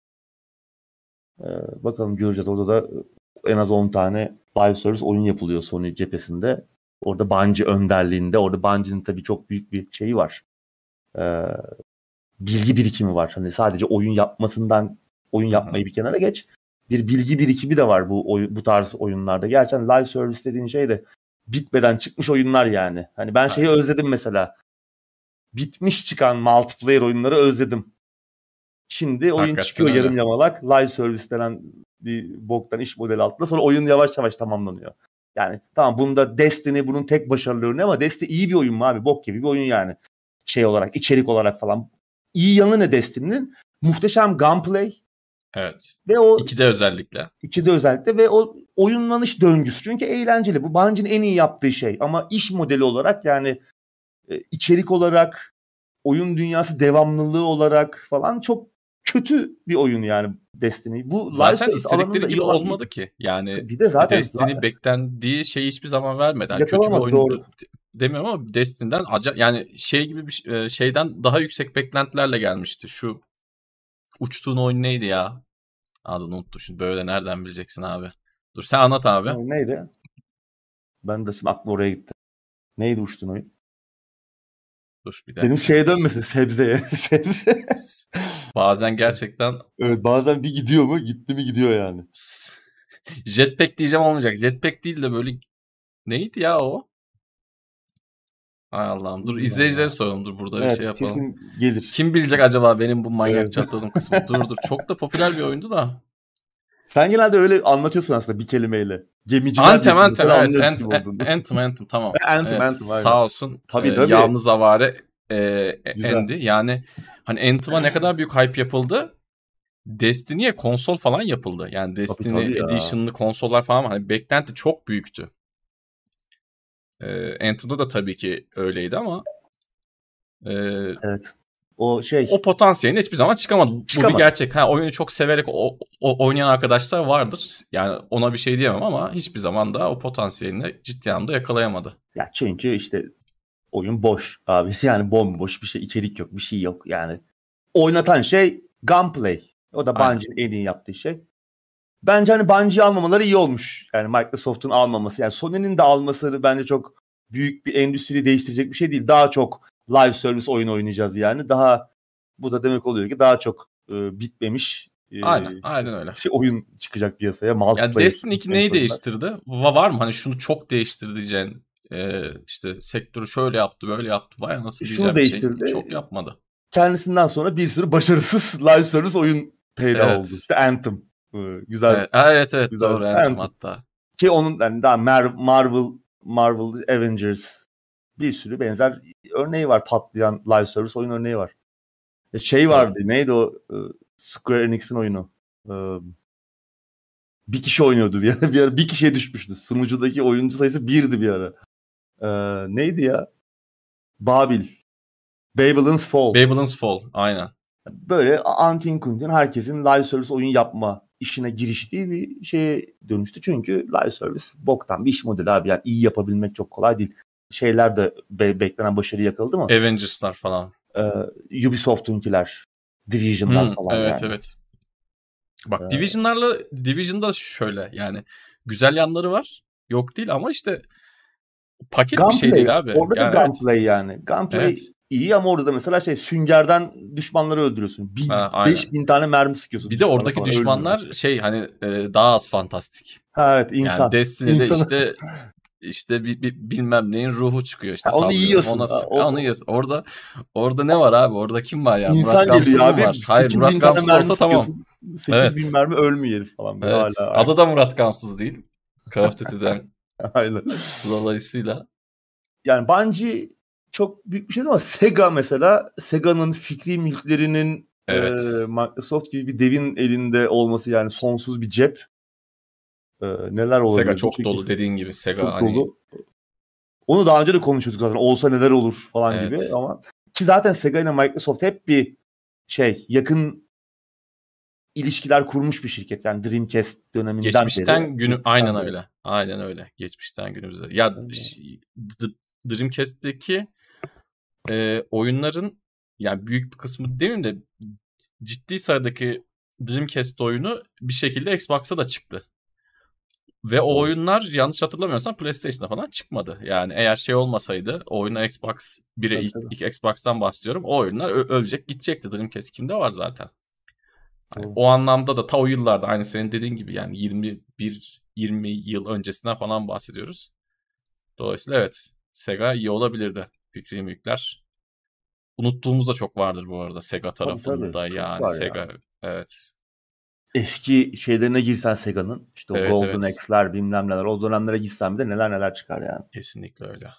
E, bakalım göreceğiz. Orada da en az on tane live service oyun yapılıyor Sony cephesinde. Orada Bungie önderliğinde. Orada Bungie'nin tabii çok büyük bir şeyi var. E, bilgi birikimi var. Hani sadece oyun yapmasından oyun yapmayı bir kenara geç. Bir bilgi birikimi de var bu oy, bu tarz oyunlarda. Gerçekten live service dediğin şey de bitmeden çıkmış oyunlar yani. Hani ben şeyi Aynen. özledim mesela. Bitmiş çıkan multiplayer oyunları özledim. Şimdi oyun Hakikaten çıkıyor öyle. Yarım yamalak. Live service denen bir boktan iş modeli altında. Sonra oyun yavaş yavaş tamamlanıyor. Yani tamam bunda Destiny bunun tek başarılı örneği ama Destiny iyi bir oyun mu abi? Bok gibi bir oyun yani. Şey olarak, içerik olarak falan. İyi yanı ne Destiny'nin? Muhteşem gunplay. Evet. Ve o ikide özellikle. İkide özellikle ve o oyunlanış döngüsü. Çünkü eğlenceli. Bu Bungie'nin en iyi yaptığı şey. Ama iş modeli olarak yani e, içerik olarak, oyun dünyası devamlılığı olarak falan çok kötü bir oyun yani Destiny. Bu zaten istedikleri gibi olmadı bir... ki. Yani bir de zaten Destiny zaten... beklendiği şeyi hiçbir zaman vermeden. Kötü bir oyun doğru. Demiyorum ama Destiny'den acayip yani şey gibi bir şeyden daha yüksek beklentilerle gelmişti. Şu uçtuğun oyun neydi ya? Adını unuttum şimdi böyle nereden bileceksin abi. Dur sen anlat abi. Uçtuğun oyun neydi? Ben de şimdi aklım oraya gitti. Neydi uçtuğun oyun? Dur bir dakika. Benim şeye dönmesin sebzeye. Sebze. Bazen gerçekten. Evet bazen bir gidiyor mu? Gitti mi gidiyor yani. Jetpack diyeceğim olmayacak. Jetpack değil de böyle neydi ya o? Hay Allah'ım. Dur izleyicilere soralım. Dur burada evet, bir şey yapalım. Kesin gelir. Kim bilecek acaba benim bu manyak evet. çatladığım kısmı? Dur dur. Çok da popüler bir oyundu da. Sen genelde öyle anlatıyorsun aslında bir kelimeyle. Gemiciler Anthem, Anthem, evet. Anthem, Anthem, Anthem, tamam. Anthem, evet, Anthem, aynen. Sağ olsun. Tabii, e, tabii. Yalnız avare e, endi. Yani hani Anthem'a ne kadar büyük hype yapıldı. Destiny'ye konsol falan yapıldı. Yani Destiny tabii, tabii Edition'lı konsollar falan var. Hani beklenti çok büyüktü. E, Anthem'da da tabii ki öyleydi ama e, evet. O şey o potansiyelin hiçbir zaman çıkamadı. çıkamadı. Bu bir gerçek. Ha oyunu çok severek o, o oynayan arkadaşlar vardır. Yani ona bir şey diyemem ama hiçbir zaman da o potansiyelini ciddi anlamda yakalayamadı. Ya çünkü işte oyun boş abi. Yani bomboş bir şey, içerik yok, bir şey yok yani. Oynatan şey gunplay. O da Bungie'nin en iyi yaptığı şey. Bence hani Bungie'yi almamaları iyi olmuş. Yani Microsoft'un almaması. Yani Sony'nin de alması bence çok büyük bir endüstriyi değiştirecek bir şey değil. Daha çok live service oyun oynayacağız yani. Daha bu da demek oluyor ki daha çok e, bitmemiş e, aynen, aynen öyle. Şey, oyun çıkacak piyasaya. Multiplayer. Yani Destiny iki neyi değiştirdi? Var mı? Hani şunu çok değiştirdi diyeceğin e, işte sektörü şöyle yaptı, böyle yaptı. Vay nasıl diyeceğim bir şey. Çok yapmadı. Kendisinden sonra bir sürü başarısız live service oyun peyda evet. oldu. İşte Anthem. Güzel. Evet evet, evet güzel. Doğru Anthem, Anthem hatta. Ki onun yani daha Marvel Marvel Avengers bir sürü benzer örneği var, patlayan live service oyun örneği var. Şey vardı evet. neydi o Square Enix'in oyunu. Bir kişi oynuyordu bir ara. Bir ara bir kişiye düşmüştü. Sunucudaki oyuncu sayısı birdi bir ara. Ee, neydi ya? Babil. Babylon's Fall. Babylon's Fall. Aynen. Böyle antin kuntin herkesin live service oyun yapma işine giriştiği bir şeye dönüştü. Çünkü live service boktan bir iş modeli abi. Yani iyi yapabilmek çok kolay değil. Şeyler de be- beklenen başarı yakaladı mı? Avengers'lar falan. Ee, Ubisoft'unkiler. Division'lar hmm, falan evet, yani. Evet Bak Ee, Division'larla Division'da şöyle yani güzel yanları var. Yok değil ama işte paket gunplay, bir şey değil abi. Orada Yani da evet. gunplay yani. Gunplay Evet. iyi ama orada da mesela şey süngerden düşmanları öldürüyorsun. Bin, Ha, beş bin tane mermi sıkıyorsun bir de düşmana oradaki falan, düşmanlar ölmüyor. şey hani e, daha az fantastik. Ha, evet insan. Yani Destiny'de İnsanı... işte işte bir, bir bilmem neyin ruhu çıkıyor işte ha, onu sallıyorum. yiyorsun. Ona Ha, sık- o, onu yiyorsun. Orada orada ne var abi? Orada kim var ya? Murat İnsan Gamsız geliyor mı abi. var? Hayır, sekiz Murat bin tane Gamsız mermi olsa tamam. sıkıyorsun. sekiz bin Evet. mermi ölmüyor herif falan. Böyle Evet. hala. Adı da Murat Gamsız değil. Call of Duty'den Aynen. dolayısıyla. Yani Bungie çok büyük bir şey değil ama Sega mesela Sega'nın fikri mülklerinin Evet. e, Microsoft gibi bir devin elinde olması yani sonsuz bir cep. E, neler olabilir? Sega çok Çünkü dolu dediğin gibi. Sega çok hani dolu. Onu daha önce de konuşuyorduk zaten. Olsa neler olur falan gibi evet. ama ki zaten Sega ile Microsoft hep bir şey yakın ilişkiler kurmuş bir şirket. Yani Dreamcast döneminden Geçmişten beri. günü aynen beri. öyle. Aynen öyle. Geçmişten günümüze. Ya ş- D- Dreamcast'teki e, oyunların yani büyük bir kısmı demeyeyim de ciddi sayıdaki Dreamcast oyunu bir şekilde Xbox'a da çıktı. Ve o oyunlar yanlış hatırlamıyorsam PlayStation'a falan çıkmadı. Yani eğer şey olmasaydı o oyunu Xbox bire Tabii, ilk, tabii. ilk Xbox'tan bahsediyorum. O oyunlar ö- ölecek gidecekti. Dreamcast kimde var zaten. Yani Doğru. o anlamda da ta o yıllarda aynı senin dediğin gibi yani yirmi bir yirmi yıl öncesinden falan bahsediyoruz. Dolayısıyla evet Sega iyi olabilirdi. Fikri mülkler. Unuttuğumuz da çok vardır bu arada Sega Tabii tabii. tarafında Çok yani var ya. Sega evet. Eski şeylerine girsen Sega'nın işte o Evet Golden evet. Axe'ler bilmem neler o dönemlere gitsen bir de neler neler çıkar yani. Kesinlikle öyle.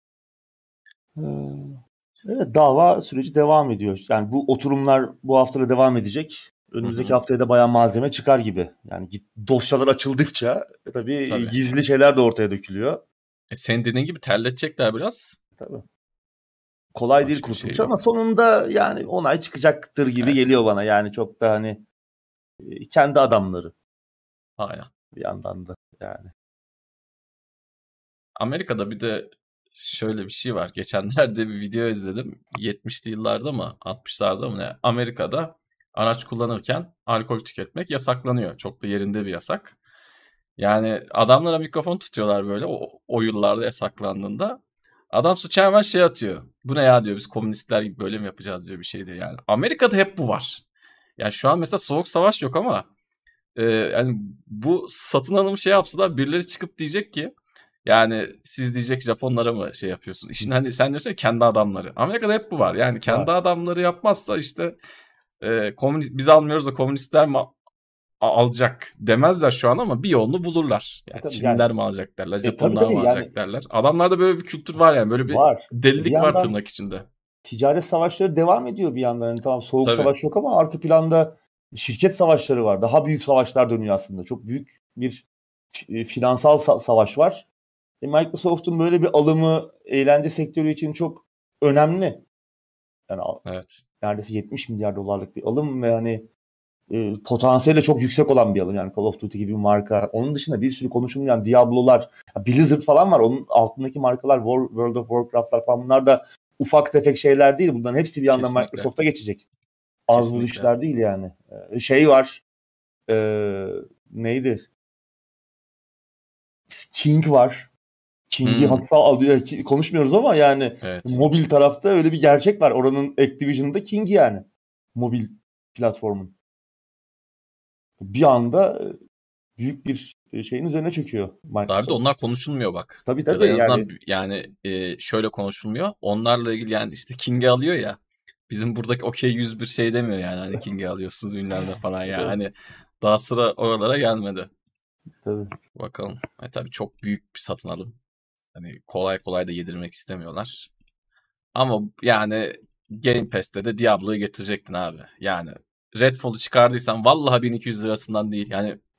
Hmm. Evet, dava süreci devam ediyor. Yani bu oturumlar bu hafta da devam edecek. Önümüzdeki Hı hı. haftaya da bayağı malzeme çıkar gibi. Yani git, dosyalar açıldıkça e, tabii Tabii. gizli şeyler de ortaya dökülüyor. E senin dediğin gibi terletecekler biraz. Tabii. Kolay değil Başka şey kurtuluş ama yok. sonunda yani onay çıkacaktır gibi Evet. geliyor bana. Yani çok da hani e, kendi adamları Aynen. bir yandan da yani. Amerika'da bir de şöyle bir şey var. Geçenlerde bir video izledim. yetmişli yıllarda mı altmışlarda mı ne? Amerika'da araç kullanırken alkol tüketmek yasaklanıyor. Çok da yerinde bir yasak. Yani adamlara mikrofon tutuyorlar böyle o, o yıllarda yasaklandığında. Adam suça hemen şey atıyor. Bu ne ya diyor biz komünistler gibi böyle mi yapacağız diyor bir şey diyor yani. Amerika'da hep bu var. Yani şu an mesela soğuk savaş yok ama e, yani bu satın alım şey yapsalar birileri çıkıp diyecek ki yani siz diyecek Japonlara mı şey yapıyorsun? İşin hani sen diyorsun ya kendi adamları. Amerika'da hep bu var. Yani kendi Var. adamları yapmazsa işte e, komünist, biz almıyoruz da komünistler mi alacak demezler şu an ama bir yolunu bulurlar. E, Yani tabii yani. Çinliler mi alacak derler, E, tabii Japonlar tabii mı yani alacak derler. Adamlarda böyle bir kültür var yani böyle bir var. E, bir delilik var yandan tırnak içinde. ticaret savaşları devam ediyor bir yandan. Yani tamam soğuk Tabii. savaş yok ama arka planda şirket savaşları var. Daha büyük savaşlar dönüyor aslında. Çok büyük bir fi- finansal sa- savaş var. E, Microsoft'un böyle bir alımı eğlence sektörü için çok önemli. Yani al- Evet. neredeyse yetmiş milyar dolarlık bir alım ve hani e, potansiyeli çok yüksek olan bir alım. Yani Call of Duty gibi bir marka. Onun dışında bir sürü konuşulmayan Diablo'lar, Blizzard falan var. Onun altındaki markalar War, World of Warcraft'lar falan bunlar da ufak tefek şeyler değil. Bunların hepsi bir anda Kesinlikle. Microsoft'a geçecek. Az bu Kesinlikle. işler değil yani. Ee, şey var. E, neydi? King var. King'i Hmm. hafife alıyor. Konuşmuyoruz ama yani Evet. mobil tarafta öyle bir gerçek var. Oranın Activision'da King yani. Mobil platformun. Bir anda büyük bir şeyin üzerine çöküyor Daha bir de Microsoft. onlar konuşulmuyor bak. Tabii Ya da tabii en azından yani. yani e, şöyle konuşulmuyor. Onlarla ilgili yani işte King'i alıyor ya. Bizim buradaki okey yüz bir şey demiyor yani hani King'i alıyorsunuz bilmem ne falan ya. Hani daha sıra oralara gelmedi. Tabii. Bakalım. E tabii çok büyük bir satın alım. Hani kolay kolay da yedirmek istemiyorlar. Ama yani Game Pass'te de Diablo'yu getirecektin abi. Yani Redfall'u çıkardıysan vallahi bin iki yüz lirasından değil. Yani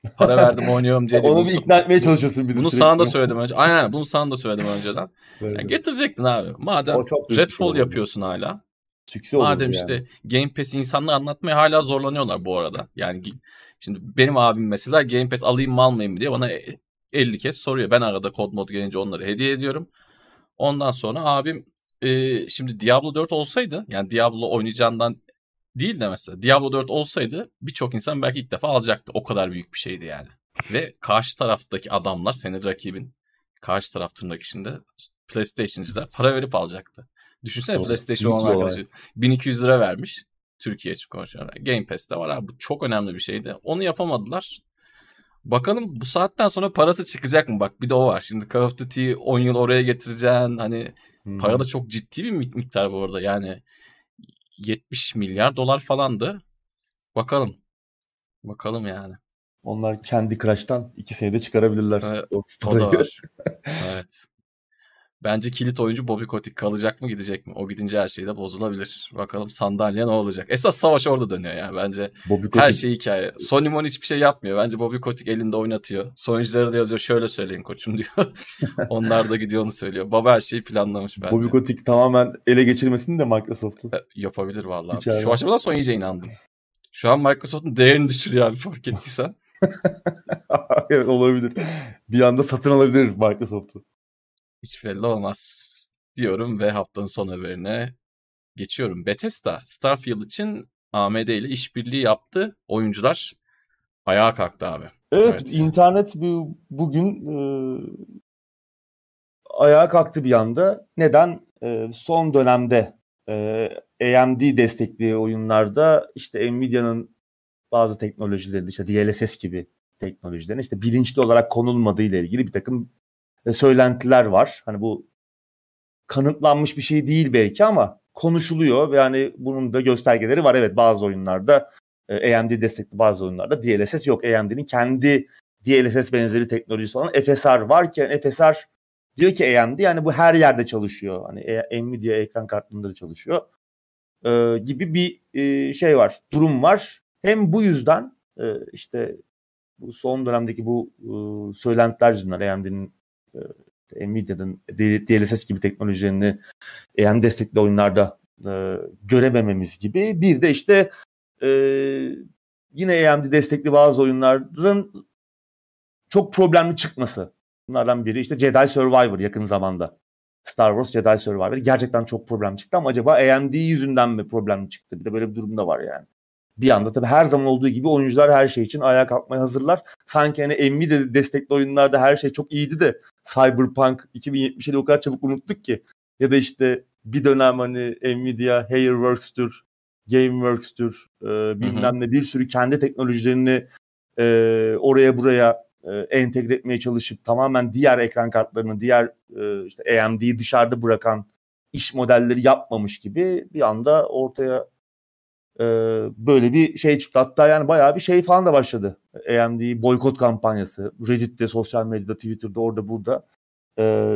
Para verdim oynuyorum diye. Onu bir ikna etmeye çalışıyorsun bizi Bunu sürekli. sana da söyledim önce. Aynen bunu sana da söyledim önceden. Evet. Yani getirecektin abi. Madem Redfall yapıyorsun hala. Sükse Madem yani. işte Game Pass insanlara anlatmaya hala zorlanıyorlar bu arada. Yani şimdi benim abim mesela Game Pass alayım mı almayayım mı diye bana elli kez soruyor. Ben arada kod mod gelince onları hediye ediyorum. Ondan sonra abim e, şimdi Diablo dört olsaydı, yani Diablo oynayacağından değil de mesela Diablo dört olsaydı birçok insan belki ilk defa alacaktı. O kadar büyük bir şeydi yani. Ve karşı taraftaki adamlar, senin rakibin karşı taraf tırnak içinde PlayStation'cılar para verip alacaktı. Düşünsene, PlayStation olan arkadaşı bin iki yüz lira vermiş. Türkiye için konuşuyorum. Game Pass'te var abi. Bu çok önemli bir şeydi. Onu yapamadılar. Bakalım bu saatten sonra parası çıkacak mı? Bak bir de o var. Şimdi Call of Duty'yi on yıl oraya getireceksin. Hani hmm. para da çok ciddi bir miktar bu arada. Yani yetmiş milyar dolar falandı. Bakalım. Bakalım yani. Onlar kendi Crush'tan iki senede çıkarabilirler. Evet, o, o da var. Evet. Bence kilit oyuncu Bobby Kotick kalacak mı gidecek mi? O gidince her şey de bozulabilir. Bakalım sandalye ne olacak? Esas savaş orada dönüyor ya bence. Bobby her şey hikaye. Sony Mon hiçbir şey yapmıyor. Bence Bobby Kotick elinde oynatıyor. Sonuçları da yazıyor, şöyle söyleyin koçum diyor. Onlar da gidiyor onu söylüyor. Baba her şeyi planlamış bence. Bobby Kotick tamamen ele geçirmesini de Microsoft'un. E, yapabilir vallahi. Hiç Şu aşamadan sonra iyice inandım. Şu an Microsoft'un değerini düşürüyor abi, fark ettiysen. Evet, olabilir. Bir anda satın alabilir Microsoft'u. Hiç belli olmaz diyorum ve haftanın son haberine geçiyorum. Bethesda Starfield için A M D ile işbirliği yaptı. Oyuncular ayağa kalktı abi. Evet, evet. internet bu, bugün e, ayağa kalktı bir anda. Neden? E, son dönemde e, A M D destekli oyunlarda işte Nvidia'nın bazı teknolojileri, işte D L S S gibi teknolojilerin işte bilinçli olarak konulmadığı ile ilgili bir takım söylentiler var. Hani bu kanıtlanmış bir şey değil belki ama konuşuluyor ve hani bunun da göstergeleri var. Evet, bazı oyunlarda A M D destekli bazı oyunlarda D L S S yok. A M D'nin kendi D L S S benzeri teknolojisi olan F S R varken F S R diyor ki A M D yani bu her yerde çalışıyor. Hani Nvidia ekran kartlarında da çalışıyor. Ee, gibi bir e, şey var, durum var. Hem bu yüzden e, işte bu son dönemdeki bu e, söylentiler yüzünden A M D'nin e, Nvidia'nın D L S S gibi teknolojilerini A M D destekli oyunlarda e, göremememiz gibi, bir de işte e, yine A M D destekli bazı oyunların çok problemli çıkması. Bunlardan biri işte Jedi Survivor yakın zamanda. Star Wars Jedi Survivor gerçekten çok problem çıktı ama acaba A M D yüzünden mi problem çıktı? Bir de böyle bir durum da var yani. Bir anda tabii her zaman olduğu gibi oyuncular her şey için ayağa kalkmaya hazırlar. Sanki hani Nvidia destekli oyunlarda her şey çok iyiydi de Cyberpunk iki bin yetmiş yedi o kadar çabuk unuttuk ki. Ya da işte bir dönem hani Nvidia Hairworks'tür, Gameworks'tür, e, bilmem hı hı. ne bir sürü kendi teknolojilerini e, oraya buraya e, entegre etmeye çalışıp tamamen diğer ekran kartlarını, diğer e, işte A M D'yi dışarıda bırakan iş modelleri yapmamış gibi bir anda ortaya e, böyle bir şey çıktı. Hatta yani bayağı bir şey falan da başladı. A M D boykot kampanyası. Reddit'te, sosyal medyada, Twitter'da, orada burada. E,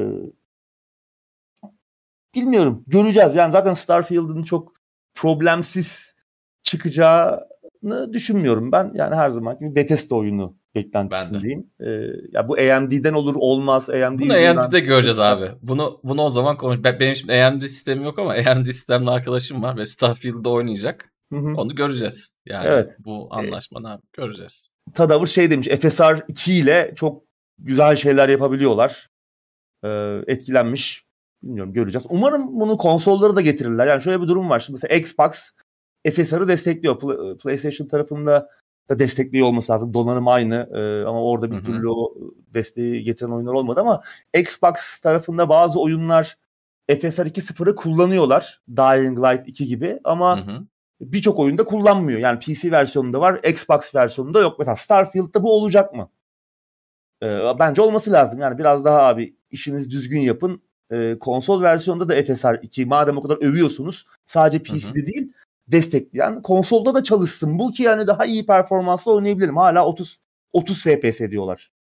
bilmiyorum. Göreceğiz. Yani zaten Starfield'ın çok problemsiz çıkacağını düşünmüyorum ben. Yani her zaman gibi Bethesda oyunu beklentisindeyim. Ee, ya bu A M D'den olur olmaz. A M D bunu A M D'de göreceğiz abi. Bunu bunu o zaman konuş. Benim şimdi A M D sistemi yok ama A M D sistemli arkadaşım var ve Starfield'da oynayacak. Hı hı. Onu göreceğiz. Yani evet. Bu anlaşmadan ee, göreceğiz. Tadavur şey demiş. F S R iki ile çok güzel şeyler yapabiliyorlar. Ee, etkilenmiş. Bilmiyorum, göreceğiz. Umarım bunu konsollara da getirirler. Yani şöyle bir durum var. Şimdi mesela Xbox F S R'ı destekliyor. PlayStation tarafında da destekliyor olması lazım. Donanım aynı ee, ama orada bir hı hı. türlü o desteği getiren oyunlar olmadı ama Xbox tarafında bazı oyunlar F S R iki nokta sıfırı kullanıyorlar. Dying Light iki gibi ama birçok oyunda kullanmıyor. Yani P C versiyonunda var, Xbox versiyonunda yok. Mesela Starfield'da bu olacak mı? Ee, bence olması lazım. Yani biraz daha abi işinizi düzgün yapın. Ee, konsol versiyonunda da F S R iki madem o kadar övüyorsunuz, sadece P C'de hı hı. değil destekleyen konsolda da çalışsın bu ki yani daha iyi performansla oynayabilirim. Hala otuz otuz F P S diyorlar.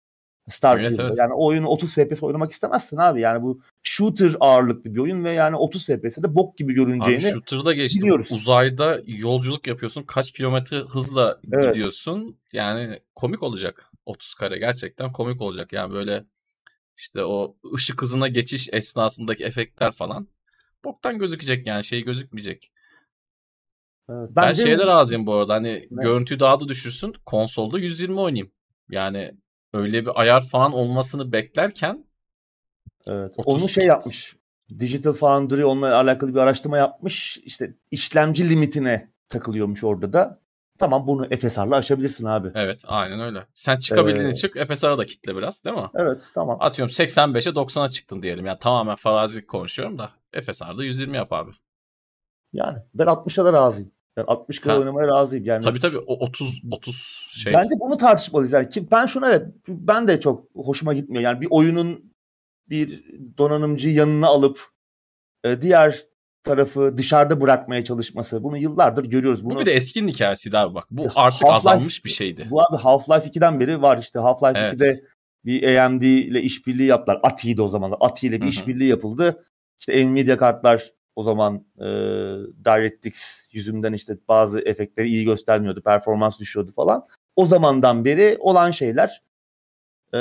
Starfield'da. Evet, evet. Yani o oyunu otuz F P S oynamak istemezsin abi. Yani bu shooter ağırlıklı bir oyun ve yani otuz F P S'de bok gibi görüneceğini Abi shooter'da geçtim. biliyoruz. Uzayda yolculuk yapıyorsun. Kaç kilometre hızla Evet. gidiyorsun. Yani komik olacak otuz kare. Gerçekten komik olacak. Yani böyle işte o ışık hızına geçiş esnasındaki efektler falan boktan gözükecek yani, şey gözükmeyecek. Evet. Ben, Ben şeyde de razıyım bu arada, hani ne? görüntüyü daha da düşürsün, konsolda yüz yirmi oynayayım. Yani öyle bir ayar falan olmasını beklerken Evet. otuz Onu şey yapmış. Digital Foundry onunla alakalı bir araştırma yapmış. İşte işlemci limitine takılıyormuş orada da. Tamam, bunu F S R'la aşabilirsin abi. Evet, aynen öyle. Sen Ee, çıkabildiğini çık, F S R'a da kitle biraz, değil mi? evet tamam. Atıyorum seksen beşe doksana çıktın diyelim. Yani tamamen farazi konuşuyorum da F S R'da yüz yirmi yap abi. Yani ben altmışa da razıyım. Ben altmış kadar Ha, oynamaya razıyım. Yani tabii tabii, o otuz otuz şey. bence bunu tartışmalıyız. Yani ki ben şuna, evet, ben de çok hoşuma gitmiyor. Yani bir oyunun bir donanımcıyı yanına alıp e, diğer tarafı dışarıda bırakmaya çalışması. Bunu yıllardır görüyoruz. Bunu Bu bir de eskinin hikayesiydi abi bak. Bu artık Half-Life, azalmış bir şeydi. bu abi Half-Life ikiden beri var işte. Half-Life Evet. ikide bir A M D ile işbirliği yaptılar. A T I'ydi o zamanlar. A T I ile bir Hı hı. işbirliği yapıldı. İşte Nvidia kartlar o zaman e, DirectX yüzünden işte bazı efektleri iyi göstermiyordu. Performans düşüyordu falan. O zamandan beri olan şeyler. E,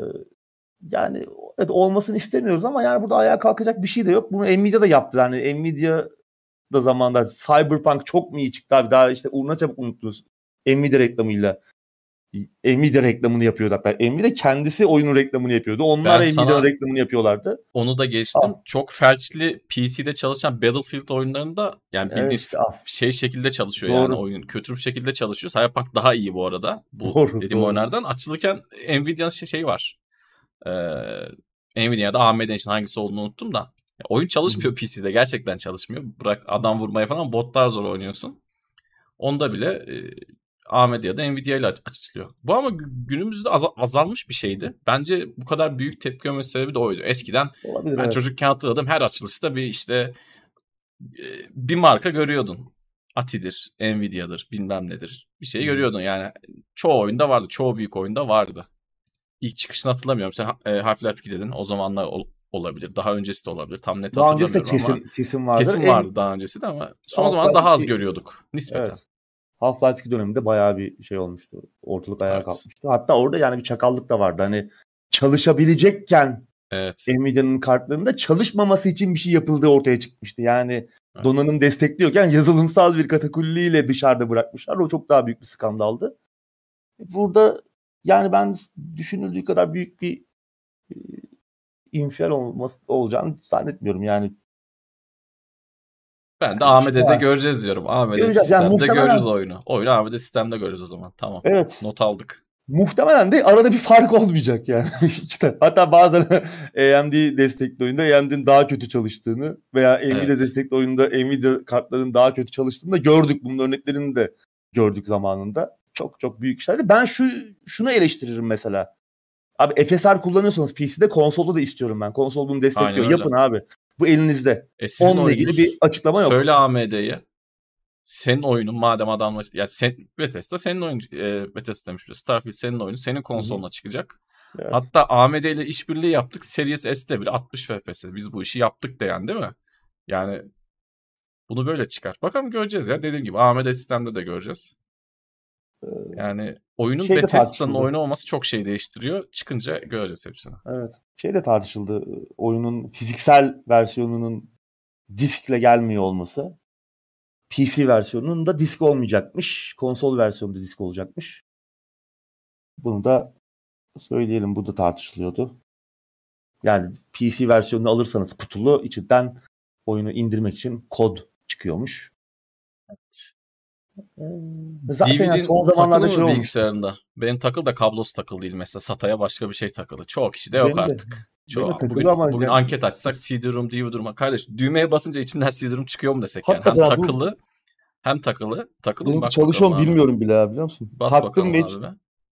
yani evet, olmasını istemiyoruz ama yani burada ayağa kalkacak bir şey de yok. Bunu Nvidia da yaptı. Yani Nvidia da zamanında Cyberpunk çok mu iyi çıktı abi? Daha işte uğruna çabuk unuttunuz. Nvidia reklamıyla. Nvidia reklamını yapıyordu hatta. Nvidia kendisi oyunun reklamını yapıyordu. Onlar Ben Nvidia'nın sana reklamını yapıyorlardı. onu da geçtim. Ah, Çok felçli P C'de çalışan Battlefield oyunlarında yani evet bildiğin işte ah. şey şekilde çalışıyor yani Doğru. oyun. Kötü bir şekilde çalışıyor. Cyberpunk daha iyi bu arada. Bu Doğru. dediğim Doğru. oyunlardan. Açılırken Nvidia'nın şey, şey var. Ee, Nvidia'da A M D'nin için hangisi olduğunu unuttum da. Ya, oyun çalışmıyor P C'de. Gerçekten çalışmıyor. Bırak adam vurmaya falan, botlar zor oynuyorsun. Onda bile e, A M D ya da Nvidia ile açılıyor. Bu ama günümüzde az, azalmış bir şeydi. Bence bu kadar büyük tepki görmesi sebebi de oydu. Eskiden Olabilir, ben evet. çocukken hatırladım, her açılışta bir işte e, bir marka görüyordun. A T I'dir, Nvidia'dır, bilmem nedir. Bir şey görüyordun yani. Çoğu oyunda vardı. Çoğu büyük oyunda vardı. İlk çıkışını hatırlamıyorum. Sen e, Half-Life iki dedin. O zamanlar ol, olabilir. Daha öncesi de olabilir. Tam net Daha öncesi de hatırlamıyorum ama kesin, kesin vardır. kesin En, vardı daha öncesi de ama son zaman Half-Life daha az iki, görüyorduk nispeten. evet. Half-Life iki döneminde bayağı bir şey olmuştu. Ortalık ayağa Evet. kalkmıştı. Hatta orada yani bir çakallık da vardı. Hani çalışabilecekken Evet. Nvidia'nın kartlarında çalışmaması için bir şey yapıldığı ortaya çıkmıştı. Yani Evet. donanım destekliyorken yazılımsal bir katakulliyle dışarıda bırakmışlar. O çok daha büyük bir skandaldı. Burada yani ben düşünüldüğü kadar büyük bir e, infial olması olacağını zannetmiyorum yani. Ben de Yani A M D'de şu an göreceğiz diyorum. A M D göreceğiz. Yani sistemde görürüz muhtemelen, oyunu. Oyunu A M D sistemde görürüz o zaman. Tamam. evet. Not aldık. Muhtemelen de arada bir fark olmayacak yani. İşte hatta bazen A M D destekli oyunda A M D'nin daha kötü çalıştığını veya Nvidia Evet. destekli oyunda Nvidia kartlarının daha kötü çalıştığını da gördük. Bunun örneklerini de gördük zamanında. Çok çok büyük işlerdi. Ben şu şunu eleştiririm mesela. Abi F S R kullanıyorsanız P C'de, konsolda da istiyorum ben. Konsol bunu destekliyor. Aynen öyle. Yapın abi. Bu elinizde. E sizin Onunla ilgili oyununuz. bir açıklama yok. Söyle A M D'ye. Senin oyunun madem adamla... Ya sen, Bethesda senin oyun... E, Bethesda demiş. Starfield senin oyunun. Senin konsoluna Hı-hı. çıkacak. Evet. Hatta A M D ile işbirliği yaptık. Series S'te bile altmış F P S. Biz bu işi yaptık de yani, değil mi? Yani bunu böyle çıkar. Bakalım, göreceğiz ya. Dediğim gibi A M D sistemde de göreceğiz. Yani oyunun şey Bethesda'nın oyunu olması çok şey değiştiriyor. Çıkınca göreceğiz hepsini. Evet. Şey de tartışıldı. Oyunun fiziksel versiyonunun diskle gelmiyor olması. P C versiyonunun da disk olmayacakmış. Konsol versiyonunda disk olacakmış. Bunu da söyleyelim. Bu da tartışılıyordu. Yani P C versiyonunu alırsanız kutulu, içinden oyunu indirmek için kod çıkıyormuş. Evet. Zaten yani son zamanlarda şey olmuş. Bilgisayarında. Benim takıl da kablosu takıl değil mesela. SATA'ya başka bir şey takılı. Çoğu kişi de yok benim artık. De, Çoğu, bugün ama bugün yani, anket açsak C D-ROM, D V D-ROM. Kardeş düğmeye basınca içinden C D-ROM çıkıyor mu desek yani. Hem ya, takılı bu, hem takılı. Takılı mı? Bak çalışıyor bakalım abi. Bilmiyorum bile abi, biliyor musun? Bas Taktım bakalım ve abi be.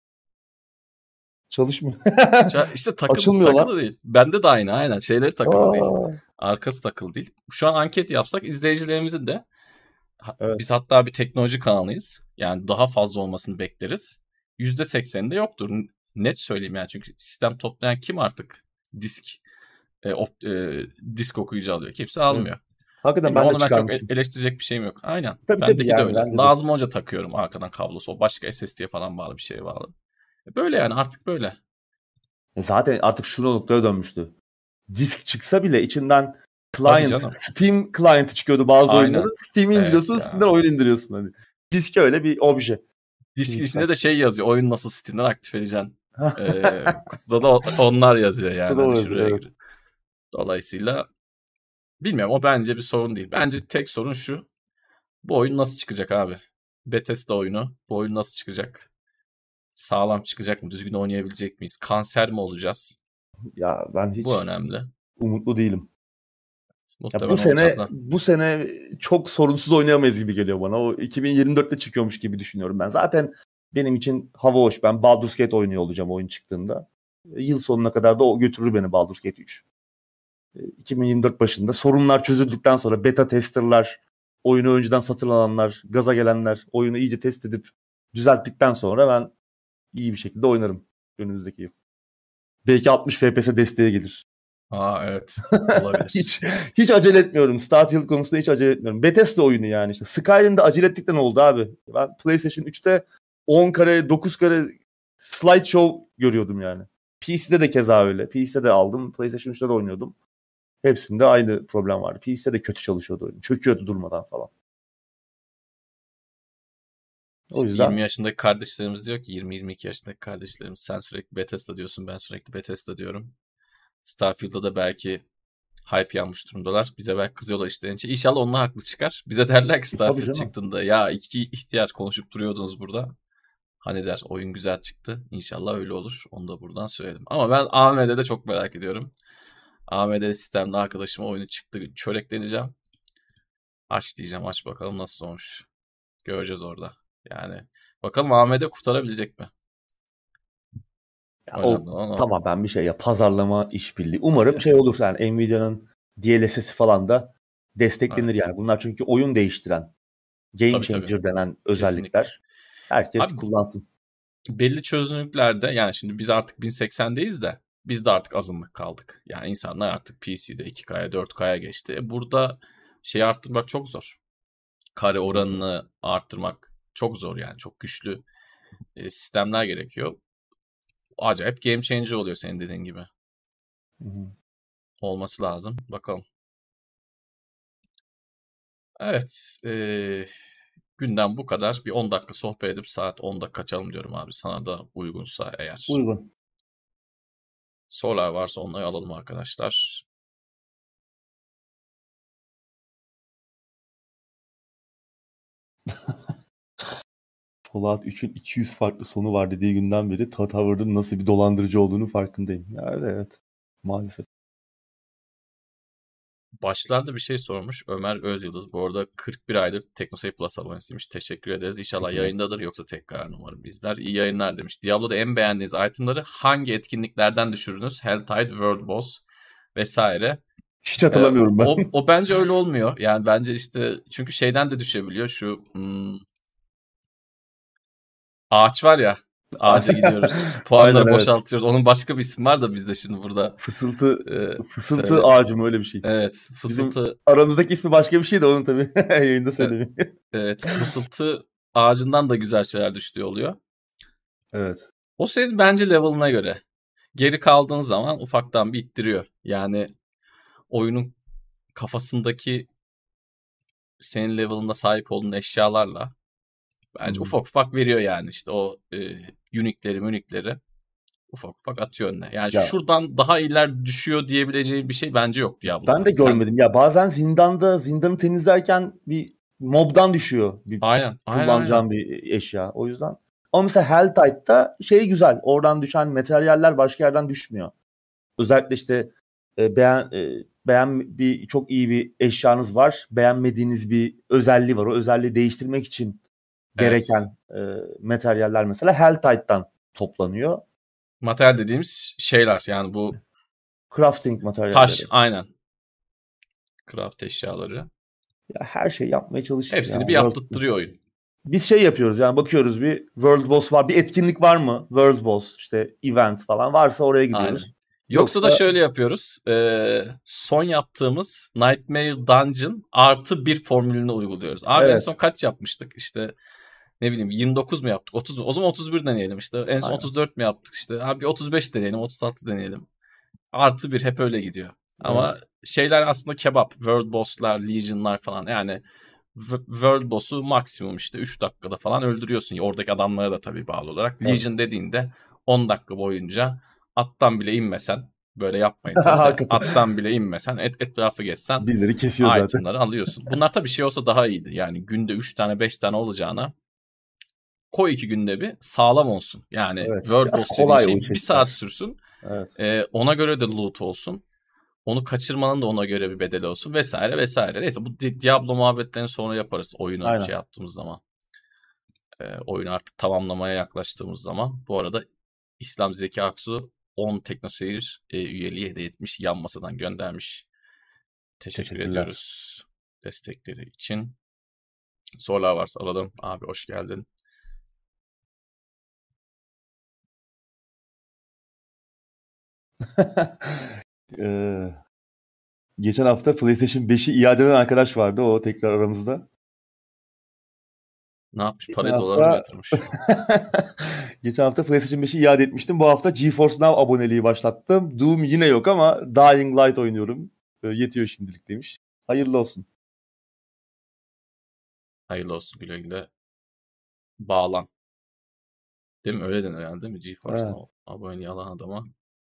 Çalışmıyor. İşte takılı, Açılmıyor takılı lan. değil. Bende de aynı aynen. Şeyleri takılı Aa. değil. Arkası takılı değil. Şu an anket yapsak izleyicilerimizin de, evet. biz hatta bir teknoloji kanalıyız. Yani daha fazla olmasını bekleriz. yüzde sekseninde yoktur. Net söyleyeyim yani, çünkü sistem toplayan kim artık disk e, op, e, disk okuyucu alıyor? Kimse almıyor. Evet. Hakikaten Bilmiyorum, ben de onu ben çok çıkarmışım. eleştirecek bir şeyim yok. Aynen. Tabii tabii Bendeki de yani öyle. bence de. Lazım olunca takıyorum arkadan kablosu. O başka S S D'ye falan bağlı bir şeye bağlı. Böyle yani, artık böyle. Zaten artık şu noktaya dönmüştü. Disk çıksa bile içinden Tabii client, canım. Steam client'ı çıkıyordu bazı Aynen. oyunların. Steam'i Evet indiriyorsun, ya. Steam'den oyun indiriyorsun hani. Disk öyle bir obje. Diskin içinde de şey yazıyor. Oyun nasıl Steam'den aktif edeceksin. ee, kutuda da onlar yazıyor yani. Kutuda Hani yazıyor, şuraya evet. gir. Dolayısıyla bilmiyorum, o bence bir sorun değil. Bence tek sorun şu. Bu oyun nasıl çıkacak abi? Bethesda oyunu. Bu oyun nasıl çıkacak? Sağlam çıkacak mı? Düzgün oynayabilecek miyiz? Kanser mi olacağız? Ya ben hiç Bu önemli. umutlu değilim. Ya bu sene sene bu sene çok sorunsuz oynayamayız gibi geliyor bana. O iki bin yirmi dörtte çıkıyormuş gibi düşünüyorum ben. Zaten benim için hava hoş. Ben Baldur's Gate oynuyor olacağım oyun çıktığında. Yıl sonuna kadar da o götürür beni, Baldur's Gate üç. iki bin yirmi dört başında sorunlar çözüldükten sonra beta testerlar, oyunu önceden satın alanlar, gaza gelenler oyunu iyice test edip düzelttikten sonra ben iyi bir şekilde oynarım önümüzdeki yıl. Belki altmış F P S desteğe gelir. Aa evet, olabilir. hiç hiç acele etmiyorum. Starfield konusunda hiç acele etmiyorum. Bethesda oyunu yani işte. Skyrim'de acele ettikten oldu abi. Ben PlayStation üçte on kare, dokuz kare slideshow görüyordum yani. P C'de de keza öyle. P C'de de aldım. PlayStation üçte de oynuyordum. Hepsinde aynı problem vardı. P C'de de kötü çalışıyordu oyun. Çöküyordu durmadan falan. O yüzden yirmi yaşındaki kardeşlerimiz diyor ki, yirmi yirmi iki yaşındaki kardeşlerimiz, sen sürekli Bethesda diyorsun, ben sürekli Bethesda diyorum. Starfield'da da belki hype yanmış durumdalar. Bize belki kızıyorlar işlerince. İnşallah onlar haklı çıkar. Bize derler ki Starfield çıktığında, ya iki ihtiyar konuşup duruyordunuz burada. Hani der, oyun güzel çıktı. İnşallah öyle olur. Onu da buradan söyledim. Ama ben A M D'de çok merak ediyorum. A M D sistemli arkadaşıma oyunu çıktı gün çörekleneceğim. Aç diyeceğim, aç bakalım nasıl olmuş. Göreceğiz orada. Yani bakalım A M D kurtarabilecek mi? Ya o tamamen bir şey ya, pazarlama işbirliği. Umarım Tabii. şey olur yani, Nvidia'nın D L S'si falan da desteklenir evet. Yani. Bunlar çünkü oyun değiştiren, game tabii, changer tabii. denen özellikler. Kesinlikle. Herkes abi, kullansın. Belli çözünürlüklerde yani, şimdi biz artık bin seksendeyiz de biz de artık azınlık kaldık. Yani insanlar artık P C'de iki K'ya dört K'ya geçti. E burada şeyi arttırmak çok zor. Kare oranını evet. arttırmak çok zor yani. Çok güçlü e, sistemler gerekiyor. Acayip game changer oluyor senin dediğin gibi. Hı hı. Olması lazım. Bakalım. Evet. E, günden bu kadar. Bir on dakika sohbet edip saat onda kaçalım diyorum abi. Sana da uygunsa eğer. Uygun. Sorular varsa onları alalım arkadaşlar. Fallout üçün iki yüz farklı sonu var dediği günden beri Todd Howard'ın nasıl bir dolandırıcı olduğunu farkındayım. Yani evet. Maalesef. Başlarda bir şey sormuş Ömer Özyıldız. Bu arada kırk bir aydır Teknoseyir Plus abonesiymiş. Teşekkür ederiz. İnşallah Teşekkür yayındadır, yoksa tekrar umarım bizler. İyi yayınlar demiş. Diablo'da en beğendiğiniz itemları hangi etkinliklerden düşürünüz? Helltide, World Boss vesaire. Hiç hatırlamıyorum ee, ben. O, o bence öyle olmuyor. Yani bence işte çünkü şeyden de düşebiliyor. Şu hmm, ağaç var ya. Ağaca gidiyoruz. Puanları boşaltıyoruz. Evet. Onun başka bir ismi var da bizde şimdi burada. Fısıltı e, fısıltı söyle. Ağacı mı, öyle bir şey? Evet. Fısıltı. Bizim aramızdaki ismi başka bir şey de onun tabii yayında söyleyeyim. Evet. evet. Fısıltı ağacından da güzel şeyler düştüğü oluyor. Evet. O senin bence level'ına göre. Geri kaldığın zaman ufaktan bir ittiriyor. Yani oyunun kafasındaki senin level'ına sahip olduğun eşyalarla bence hmm. ufak ufak veriyor yani, işte o e, unique'leri münikleri ufak ufak atıyor önüne. Yani ya, şuradan daha iyiler düşüyor diyebileceğim bir şey bence yok Diablo'da. Ben de görmedim. Sen... Ya bazen zindanda zindanı temizlerken bir mobdan düşüyor. Bir aynen. kullanacağım aynen. bir eşya. O yüzden. Ama mesela Helltide'da şey güzel. Oradan düşen materyaller başka yerden düşmüyor. Özellikle işte e, beğen e, beğen bir çok iyi bir eşyanız var. Beğenmediğiniz bir özelliği var. O özelliği değiştirmek için gereken evet. e, materyaller mesela Helltide'dan toplanıyor. Materyal dediğimiz şeyler yani bu crafting materyalleri. Taş, aynen. Craft eşyaları. Ya her şey yapmaya çalışıyor. Hepsini ya. bir yaptırtırıyor oyun. biz şey yapıyoruz yani bakıyoruz bir World Boss var, bir etkinlik var mı? World Boss işte event falan varsa oraya gidiyoruz. Aynen. Yoksa, Yoksa da şöyle yapıyoruz. Ee, son yaptığımız Nightmare Dungeon artı bir formülünü uyguluyoruz. Abi evet. En son kaç yapmıştık? İşte ne bileyim yirmi dokuz mu yaptık? otuz mu? O zaman otuz bir deneyelim işte. En son Aynen. otuz dört mü yaptık işte? Abi otuz beş deneyelim, otuz altı deneyelim. Artı bir hep öyle gidiyor. Ama evet. Şeyler aslında kebap. World Boss'lar, Legion'lar falan. Yani World Boss'u maksimum işte üç dakikada falan öldürüyorsun. Oradaki adamlara da tabii bağlı olarak. Evet. Legion dediğinde on dakika boyunca attan bile inmesen, böyle yapmayın tabii de, attan bile inmesen, et, etrafı geçsen birileri kesiyor zaten. Item'ları alıyorsun. Bunlar tabii şey olsa daha iyiydi. Yani günde üç tane beş tane olacağına koy iki günde bir sağlam olsun. Yani evet. World Boss dediğin şey bir saat sürsün. Evet. Ee, ona göre de loot olsun. Onu kaçırmanın da ona göre bir bedeli olsun vesaire vesaire. Neyse bu Diablo muhabbetlerini sonra yaparız oyunu Aynen. şey yaptığımız zaman. E, oyunu artık tamamlamaya yaklaştığımız zaman. Bu arada İslam Zeki Aksu on Teknoseyir e, üyeliği hediye etmiş. Yan masadan göndermiş. Teşekkür ediyoruz destekleri için. Sorular varsa alalım. Abi hoş geldin. ee, geçen hafta PlayStation beşi iade eden arkadaş vardı. O tekrar aramızda. Ne yapmış? Geçen Parayı hafta... dolara mı yatırmış? Geçen hafta PlayStation beşi iade etmiştim. Bu hafta GeForce Now aboneliği başlattım. Doom yine yok ama Dying Light oynuyorum. Ee, yetiyor şimdilik demiş. Hayırlı olsun. Hayırlı olsun, güle güle. Bağlan. Değil mi? Öyle denir herhalde değil mi? GeForce evet. Now aboneliği alan adama.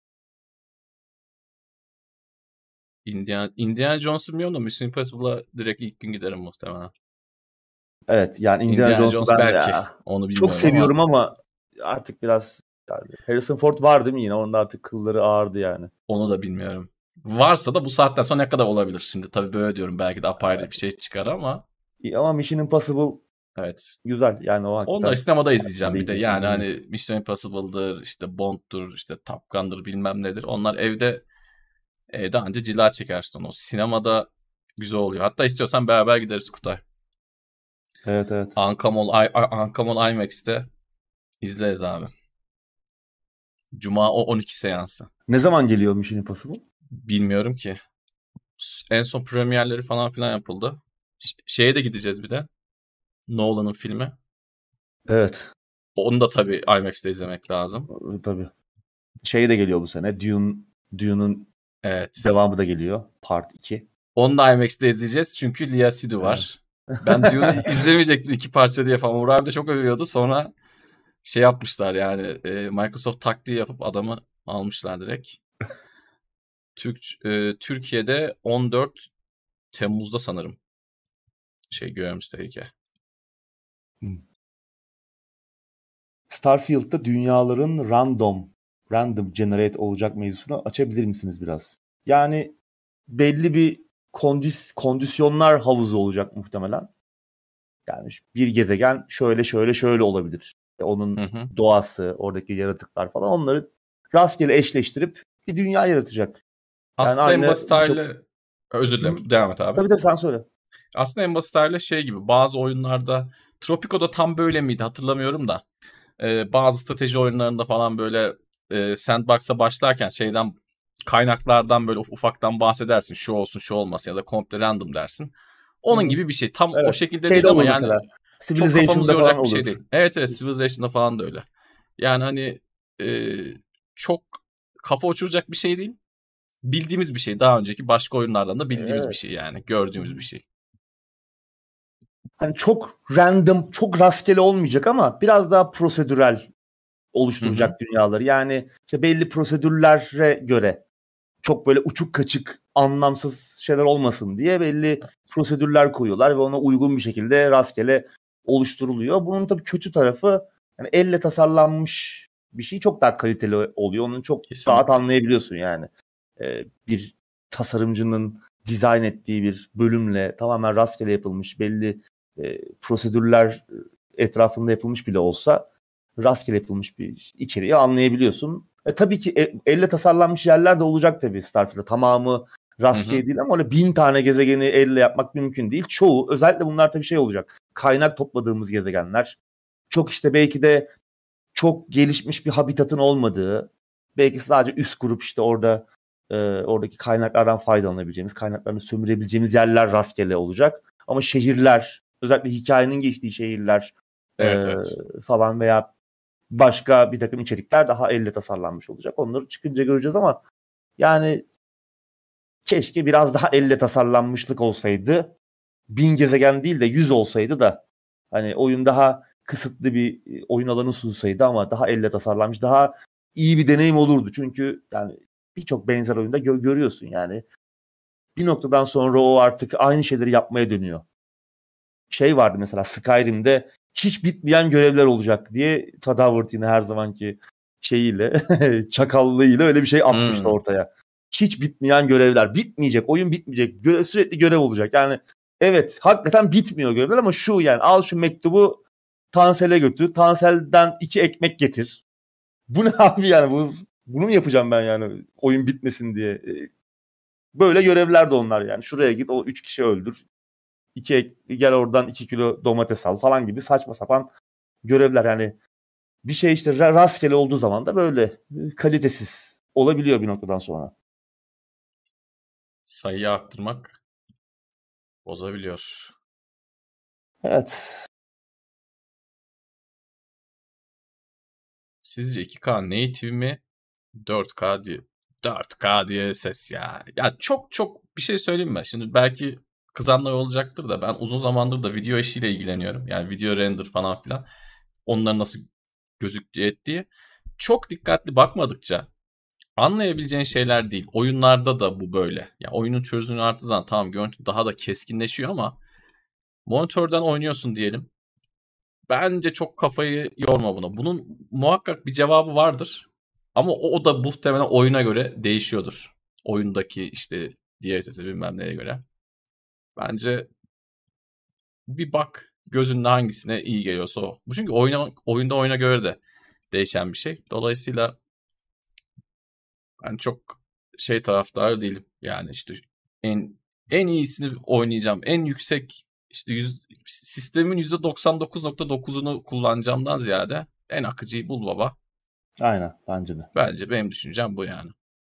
Indiana, Indiana Jones'u bilmiyorum da Mission Impossible'a direkt ilk gün giderim muhtemelen. Evet yani Indiana, Indiana Jones ben belki. Ya, onu çok seviyorum ama, ama artık biraz yani Harrison Ford var değil mi yine? Onun da artık kılları ağırdı yani. Onu da bilmiyorum. Varsa da bu saatten sonra ne kadar olabilir? Şimdi tabii böyle diyorum. Belki de apayrı evet. bir şey çıkar ama. Ama Mission Impossible evet. güzel yani o hakikaten. Onları sinemada izleyeceğim bir de. Yani hani Mission Impossible'dır, işte Bond'dur, işte Top Gun'dır bilmem nedir. Onlar evde evde anca cila çekersin onu. Sinemada güzel oluyor. Hatta istiyorsan beraber gideriz Kutay. Evet evet. Ankamol, Ankamol IMAX'te izleriz abi. Cuma o on iki seansı. Ne zaman geliyor Mission Impossible? Bilmiyorum ki. En son premierleri falan filan yapıldı. Ş- şeye de gideceğiz bir de. Nolan'ın filmi. Evet. Onu da tabii IMAX'te izlemek lazım. Tabii. Şey de geliyor bu sene. Dune, Dune'un evet. devamı da geliyor. Part iki. Onu da IMAX'te izleyeceğiz. Çünkü Lia Seydoux var. Evet. Ben Dune'u izlemeyecektim iki parça diye falan. Uğur abi de çok övüyordu. Sonra şey yapmışlar yani. E, Microsoft taktiği yapıp adamı almışlar direkt. Türk e, Türkiye'de on dört Temmuz'da sanırım. Şey görmüş tehlike. Starfield'da dünyaların random random generate olacak mevzusunu açabilir misiniz biraz? Yani belli bir kondis, kondisyonlar havuzu olacak muhtemelen. Yani bir gezegen şöyle şöyle şöyle olabilir. İşte onun hı hı. doğası, oradaki yaratıklar falan onları rastgele eşleştirip bir dünya yaratacak. Aslında yani en basit haliyle çok... özür dilerim. Hı. Devam et abi. Tabii tabii sen söyle. Aslında en basit haliyle şey gibi bazı oyunlarda Tropico'da tam böyle miydi hatırlamıyorum da e, bazı strateji oyunlarında falan böyle e, sandbox'a başlarken şeyden kaynaklardan böyle ufaktan bahsedersin. Şu olsun şu olmasın ya da komple random dersin. Onun Hı-hı. gibi bir şey. Tam evet. o şekilde şey değil ama yani mesela. Çok kafamızı yoracak bir olur. şey değil. Evet evet Civilization'da falan da öyle. Yani hani e, çok kafa uçuracak bir şey değil. Bildiğimiz bir şey. Daha önceki başka oyunlardan da bildiğimiz evet. bir şey yani. Gördüğümüz bir şey. Hani çok random, çok rastgele olmayacak ama biraz daha prosedürel oluşturacak Hı-hı. dünyaları. Yani işte belli prosedürlere göre çok böyle uçuk kaçık, anlamsız şeyler olmasın diye belli evet. prosedürler koyuyorlar ve ona uygun bir şekilde rastgele oluşturuluyor. Bunun tabii kötü tarafı yani elle tasarlanmış bir şey çok daha kaliteli oluyor. Onu çok Kesinlikle. rahat anlayabiliyorsun yani. Ee, bir tasarımcının dizayn ettiği bir bölümle tamamen rastgele yapılmış belli e, prosedürler etrafında yapılmış bile olsa rastgele yapılmış bir içeriği anlayabiliyorsun. E, tabii ki e, elle tasarlanmış yerler de olacak tabii Starfield'da. Tamamı Rastgele hı hı. değil ama öyle bin tane gezegeni elle yapmak mümkün değil. Çoğu, özellikle bunlar tabii şey olacak. Kaynak topladığımız gezegenler. Çok işte belki de çok gelişmiş bir habitatın olmadığı, belki sadece üst grup işte orada e, oradaki kaynaklardan faydalanabileceğimiz, kaynaklarını sömürebileceğimiz yerler rastgele olacak. Ama şehirler, özellikle hikayenin geçtiği şehirler evet, e, evet. falan veya başka bir takım içerikler daha elle tasarlanmış olacak. Onları çıkınca göreceğiz ama yani keşke biraz daha elle tasarlanmışlık olsaydı. Bin gezegen değil de yüz olsaydı da hani oyun daha kısıtlı bir oyun alanı sunsaydı ama daha elle tasarlanmış, daha iyi bir deneyim olurdu. Çünkü yani birçok benzer oyunda gö- görüyorsun yani. Bir noktadan sonra o artık aynı şeyleri yapmaya dönüyor. Şey vardı mesela Skyrim'de hiç bitmeyen görevler olacak diye Tadavert yine her zamanki şeyiyle, çakallığıyla öyle bir şey atmıştı Hmm. ortaya. Hiç bitmeyen görevler. Bitmeyecek. Oyun bitmeyecek. Görev, sürekli görev olacak. Yani evet hakikaten bitmiyor görevler ama şu yani al şu mektubu Tansel'e götür. Tansel'den iki ekmek getir. Bu ne abi yani? Bu, bunu mu yapacağım ben yani oyun bitmesin diye? Böyle görevler de onlar yani. Şuraya git o üç kişi öldür. İki ek, gel oradan iki kilo domates al falan gibi saçma sapan görevler yani. Bir şey işte rastgele olduğu zaman da böyle kalitesiz olabiliyor bir noktadan sonra. Sayıyı arttırmak bozabiliyor. Evet. Sizce iki K native mi? dört K diye. dört K diye ses ya. Ya çok çok bir şey söyleyeyim mi? Şimdi belki kızanlar olacaktır da ben uzun zamandır da video işiyle ilgileniyorum. Yani video render falan filan. Onların nasıl gözüktüğü ettiği. Çok dikkatli bakmadıkça anlayabileceğin şeyler değil. Oyunlarda da bu böyle. Ya oyunun çözünürlüğü arttığı zaman tamam görüntü daha da keskinleşiyor ama monitörden oynuyorsun diyelim. Bence çok kafayı yorma buna. Bunun muhakkak bir cevabı vardır. Ama o, o da muhtemelen oyuna göre değişiyordur. Oyundaki işte D L S'e bilmem neye göre. Bence bir bak gözünde hangisine iyi geliyorsa o. Bu çünkü oyuna, oyunda oyuna göre de değişen bir şey. Dolayısıyla ben çok şey taraftarı değilim. Yani işte en en iyisini oynayacağım. En yüksek işte yüz, sistemin yüzde doksan dokuz nokta dokuzunu kullanacağımdan ziyade en akıcıyı bul baba. Aynen bence de. Bence benim düşüncem bu yani.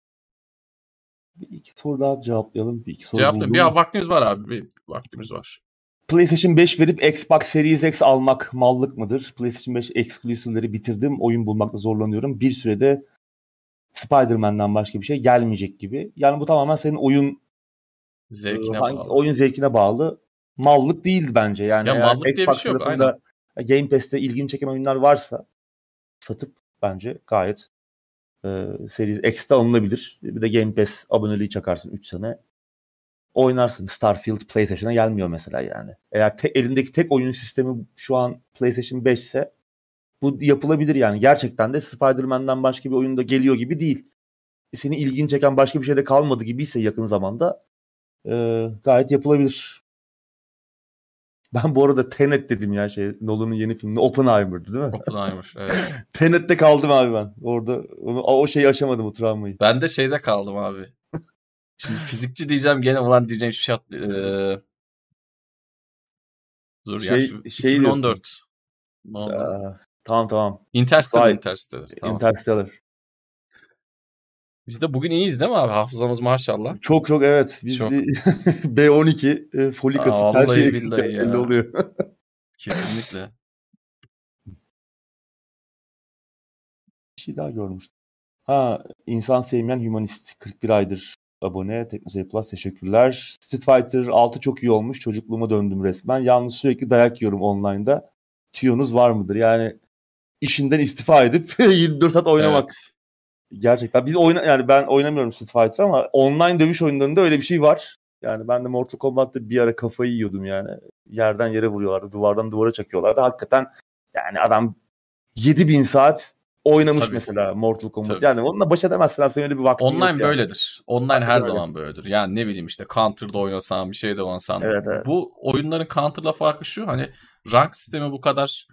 Bir iki soru daha cevaplayalım. Bir iki soru Cevaplayayım. Bir buldum. vaktimiz var abi. Bir vaktimiz var. PlayStation beş verip Xbox Series X almak mallık mıdır? PlayStation beş exclusive'leri bitirdim. Oyun bulmakta zorlanıyorum. Bir sürede Spider-Man'den başka bir şey gelmeyecek gibi. Yani bu tamamen senin oyun Zevkine hangi bağlı. oyun zevkine bağlı. Mallık değil bence. Yani Ya eğer mallık diye bir Xbox şey yok. Aynen. tarafında Game Pass'te ilgini çeken oyunlar varsa satıp bence gayet e, Series X'te alınabilir. Bir de Game Pass aboneliği çakarsın üç sene. Oynarsın. Starfield PlayStation'a gelmiyor mesela yani. Eğer te, elindeki tek oyun sistemi şu an PlayStation beş ise bu yapılabilir yani. Gerçekten de Spider-Man'den başka bir oyunda geliyor gibi değil. Seni ilgini çeken başka bir şey de kalmadı gibiyse yakın zamanda e, gayet yapılabilir. Ben bu arada Tenet dedim ya şey Nolan'ın yeni filmi Oppenheimer'dı değil mi? Oppenheimer. Evet. Tenet'te kaldım abi ben. Orada onu, o şeyi aşamadım o travmayı. Ben de şeyde kaldım abi. Şimdi fizikçi diyeceğim gene ulan diyeceğim şu şey. Ee... Dur ya Şey şu şey diyorsun. iki bin on dört. Nolan. Aa, tamam tamam. Interstellar, Vay. Interstellar. Tamam. Interstellar. Biz de bugün iyiyiz değil mi abi? Hafızamız maşallah. Çok çok evet. Biz Çok. bir B on iki, e, folik Aa, asit her şey vallahi eksik billahi belli ya. oluyor. Kesinlikle. Bir şey daha görmüştüm. Ha, insan sevmeyen humanist kırk bir aydır abone. Teknoseyir Plus teşekkürler. Street Fighter altı çok iyi olmuş. Çocukluğuma döndüm resmen. Yalnız sürekli dayak yiyorum online'da. Tüyonuz var mıdır? Yani işinden istifa edip yirmi dört saat oynamak. Evet. Gerçekten. Biz oyna yani ben oynamıyorum Street Fighter ama online dövüş oyunlarında öyle bir şey var. Yani ben de Mortal Kombat'ta bir ara kafayı yiyordum yani. Yerden yere vuruyorlardı. Duvardan duvara çakıyorlardı. Hakikaten yani adam yedi bin saat oynamış Tabii. mesela Mortal Kombat. Tabii. Yani onunla baş edemezsin abi. Senin öyle bir vaktin yok Online yani. böyledir. Online her Hakikaten öyle. zaman böyledir. Yani ne bileyim işte Counter'da oynasan bir şey de oynasan. Evet evet. Bu oyunların Counter'la farkı şu. Hani rank sistemi bu kadar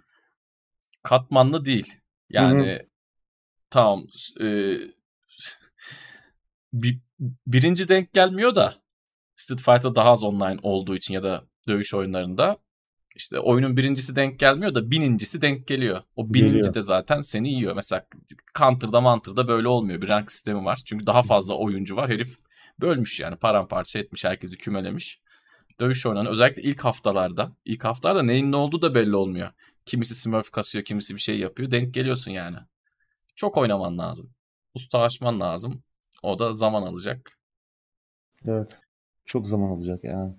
katmanlı değil. Hı hı. Yani tamam e, bir, birinci denk gelmiyor da Street Fighter daha az online olduğu için ya da dövüş oyunlarında işte oyunun birincisi denk gelmiyor da binincisi denk geliyor. O bininci Geliyor. de zaten seni yiyor. Mesela Counter'da Manter'da böyle olmuyor. Bir rank sistemi var. Çünkü daha fazla oyuncu var. Herif bölmüş yani paramparça etmiş, herkesi kümelemiş. Dövüş oyunlarını özellikle ilk haftalarda. İlk haftalarda neyin ne olduğu da belli olmuyor. Kimisi smurf kasıyor, kimisi bir şey yapıyor. Denk geliyorsun yani. Çok oynaman lazım. Ustalaşman lazım. O da zaman alacak. Evet. Çok zaman alacak yani.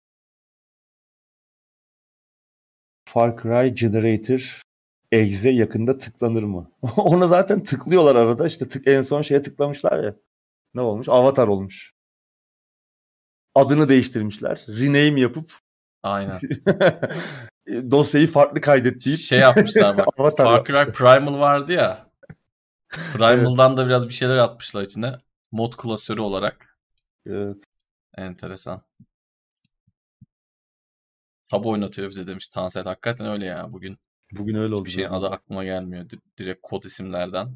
Far Cry Generator Exe yakında tıklanır mı? Ona zaten tıklıyorlar arada. İşte tık, en son şeye tıklamışlar ya. Ne olmuş? Avatar olmuş. Adını değiştirmişler. Rename yapıp Aynen. dosyayı farklı kaydet deyip Şey yapmışlar bak. Avatar Far Cry yapmışlar. Primal vardı ya. Primal'dan Evet. da biraz bir şeyler atmışlar içine. Mod klasörü olarak. Evet. Enteresan. Tabu oynatıyor bize demiş Tansel. Hakikaten öyle ya bugün. Bugün öyle oldu Hiçbir şeyin biraz adı ama. aklıma gelmiyor. Di- Direkt kod isimlerden.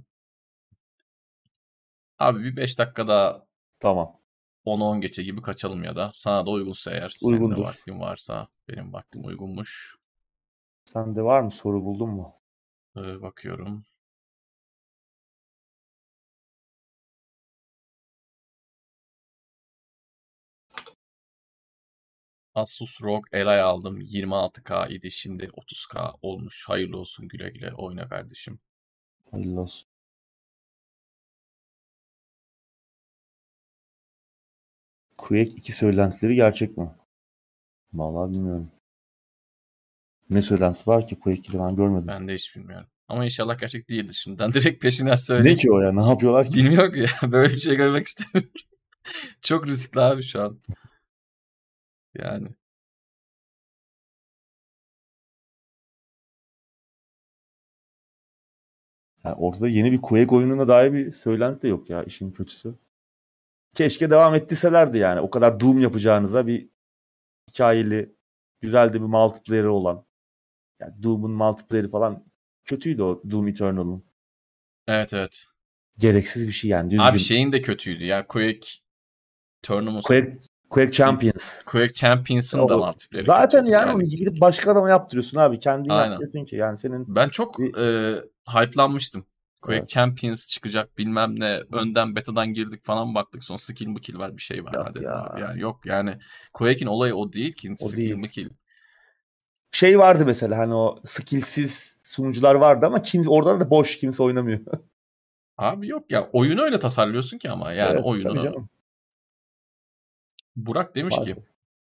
Abi bir beş dakika daha Tamam. on on geçe gibi kaçalım ya da. Sana da uygunsa eğer. Senin de Uygundur. vaktin varsa. Benim vaktim uygunmuş. Sende var mı? Soru buldun mu? Ee, bakıyorum. Asus R O G Ally aldım. yirmi altı K idi. Şimdi otuz K olmuş. Hayırlı olsun, güle güle oyna kardeşim. Hayırlı olsun. Quake iki söylentileri gerçek mi? Vallahi bilmiyorum. Ne söylentisi var ki Quake iki'de ben görmedim. Ben de hiç bilmiyorum. Ama inşallah gerçek değildir şimdiden. Direkt peşinden Ne söyleyeyim. ki o ya? Ne yapıyorlar ki? Bilmiyorum ki ya. Böyle bir şey görmek istemiyorum. Çok riskli abi şu an. Yani. Yani ortada yeni bir Quake oyununa dair bir söylenti de yok ya, işin kötüsü. Keşke devam ettirselerdi yani. O kadar Doom yapacağınıza bir hikayeli, güzel de bir multiplayer'ı olan. Yani Doom'un multiplayer'ı falan kötüydü, o Doom Eternal'ın. Evet evet. Gereksiz bir şey yani, düzgün. Abi şeyin de kötüydü ya. Quake Tournament. Quake, Quake Champions. Quake Champions'ın da O, multiplayer'ı zaten kötüydü. yani onu Yani gidip başka adama yaptırıyorsun abi. Kendin aynen. yapmıyorsun ki. Yani senin Ben çok bir... e, hype'lanmıştım. Quake Evet. Champions çıkacak bilmem ne. Önden betadan girdik falan baktık. Son skill mi kill var bir şey var. Yok Hadi ya. abi yani yok yani. Quake'in olayı o değil ki. O Skill değil. mi kill. Şey vardı mesela, hani o skillsiz sunucular vardı ama kim, orada da boş, kimse oynamıyor. Abi yok ya. Oyunu öyle tasarlıyorsun ki ama. Yani Evet tabii oyunu. canım. Burak demiş ki. Maalesef.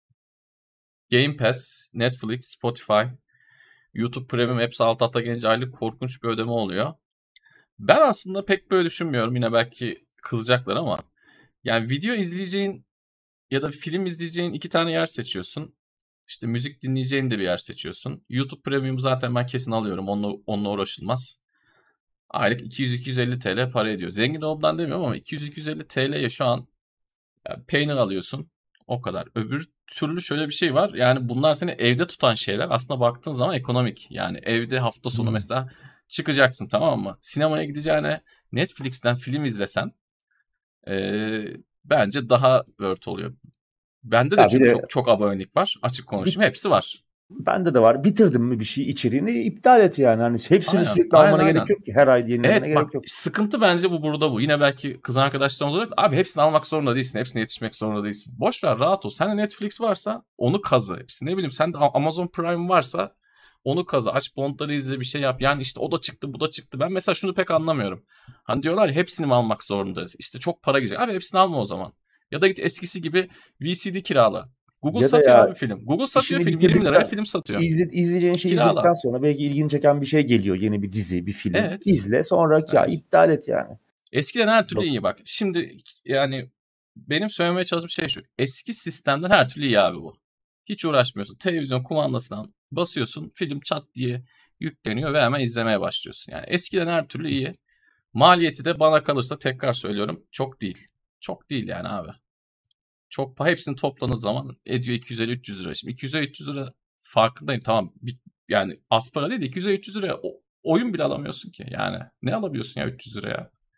Game Pass, Netflix, Spotify, YouTube Premium hepsi alt alta gelince aylık korkunç bir ödeme oluyor. Ben aslında pek böyle düşünmüyorum. Yine belki kızacaklar ama yani video izleyeceğin ya da film izleyeceğin iki tane yer seçiyorsun. İşte müzik dinleyeceğin de bir yer seçiyorsun. YouTube Premium zaten ben kesin alıyorum. Onunla, onunla uğraşılmaz. Aylık iki yüz iki yüz elli T L para ediyor. Zengin olduğumdan demiyorum ama iki yüz iki yüz elli T L'ye şu an yani peynir alıyorsun. O kadar. Öbür türlü şöyle bir şey var. Yani bunlar seni evde tutan şeyler. Aslında baktığın zaman ekonomik. Yani evde hafta sonu Hmm. mesela çıkacaksın, tamam mı? Sinemaya gideceğine Netflix'ten film izlesen ee, bence daha worth oluyor. Bende de Ya bir çünkü de çok çok abonelik var. Açık bir, konuşayım. Hepsi var. bende de var. Bitirdim mi bir şey, içeriğini iptal et yani. Hani hepsini Aynen. sürekli Aynen almana gerek aynen. yok ki. Her ay yenilemene Evet bak, gerek yok. sıkıntı bence bu burada bu. Yine belki kız arkadaşlarımız olur. Abi hepsini almak zorunda değilsin. Hepsine yetişmek zorunda değilsin. Boş ver, rahat ol. Sende Netflix varsa onu kazı. İşte ne bileyim, sende Amazon Prime varsa onu kazı. Aç Bond'ları izle, bir şey yap. Yani işte o da çıktı, bu da çıktı. Ben mesela şunu pek anlamıyorum. Hani diyorlar ya hepsini mi almak zorundayız? İşte çok para gidecek. Abi hepsini alma o zaman. Ya da git eskisi gibi V C D kirala. Google Ya da satıyor ya abi film. Google satıyor işini film. yirmi liraya bitirdikten, film satıyor. izle, izleyeceğin şeyi izledikten Kirala. sonra belki ilgini çeken bir şey geliyor. Yeni bir dizi, bir film. Evet. İzle, sonra ya Evet. iptal et yani. Eskiden her türlü Yok. iyi bak. Şimdi yani benim söylemeye çalıştığım şey şu. Eski sistemden her türlü iyi abi bu. Hiç uğraşmıyorsun. Televizyon kumandasından basıyorsun. Film çat diye yükleniyor ve hemen izlemeye başlıyorsun. Yani eskiden her türlü iyi. Maliyeti de bana kalırsa, tekrar söylüyorum, çok değil. Çok değil yani abi. Çok pahalı. Hepsini topladığınız zaman ediyor iki yüz elli üç yüz lira. Şimdi iki yüz elli üç yüz lira farkındayım. Tamam. Bir, yani az para değil de iki yüz elli üç yüz liraya o, oyun bile alamıyorsun ki. Yani ne alabiliyorsun ya üç yüz liraya?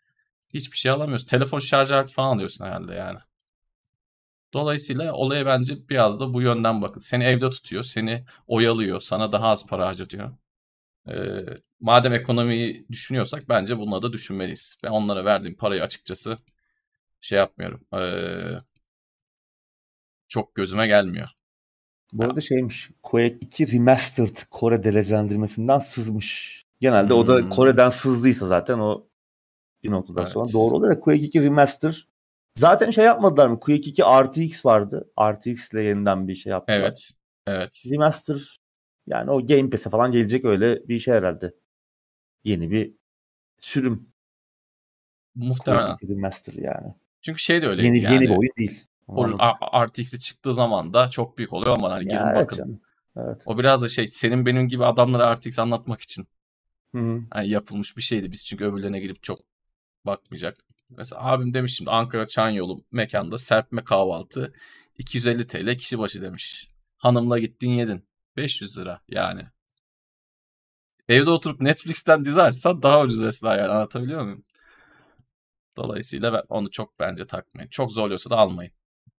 Hiçbir şey alamıyorsun. Telefon şarj aleti falan alıyorsun herhalde yani. Dolayısıyla olaya bence biraz da bu yönden bakın. Seni evde tutuyor, seni oyalıyor, sana daha az para harcatıyor. Ee, madem ekonomiyi düşünüyorsak bence bunları da düşünmeliyiz. Ben onlara verdiğim parayı açıkçası şey yapmıyorum. Ee, çok gözüme gelmiyor. Bu Ha. arada şeymiş. Quake iki Remastered Kore derecelendirmesinden sızmış. Genelde o da Hmm, Kore'den sızdıysa zaten o bir noktadan sonra evet. doğru oluyor. Quake iki Remaster. Zaten şey yapmadılar mı? Quake iki R T X vardı. R T X ile yeniden bir şey yaptılar. Evet. Evet. Remaster yani o Game Pass'e falan gelecek öyle bir şey herhalde. Yeni bir sürüm. Quake Muhtemelen. iki Remaster yani. Çünkü şey de öyleydi Yeni yeni bir yani. oyun değil. Onu O anladım. R T X'i çıktığı zaman da çok büyük oluyor ama hani Ya girin evet bakın. canım. Evet. O biraz da şey senin benim gibi adamlara R T X anlatmak için Hı-hı. hani yapılmış bir şeydi. Biz çünkü öbürlerine girip çok bakmayacak. Mesela abim demiş şimdi Ankara Çanyolu mekanda serpme kahvaltı iki yüz elli T L kişi başı demiş. Hanımla gittin yedin. beş yüz lira yani. Evde oturup Netflix'ten dizi açsan daha ucuz mesela yani anlatabiliyor muyum? Dolayısıyla ben onu çok bence takmayın. Çok zorluyorsa da almayın.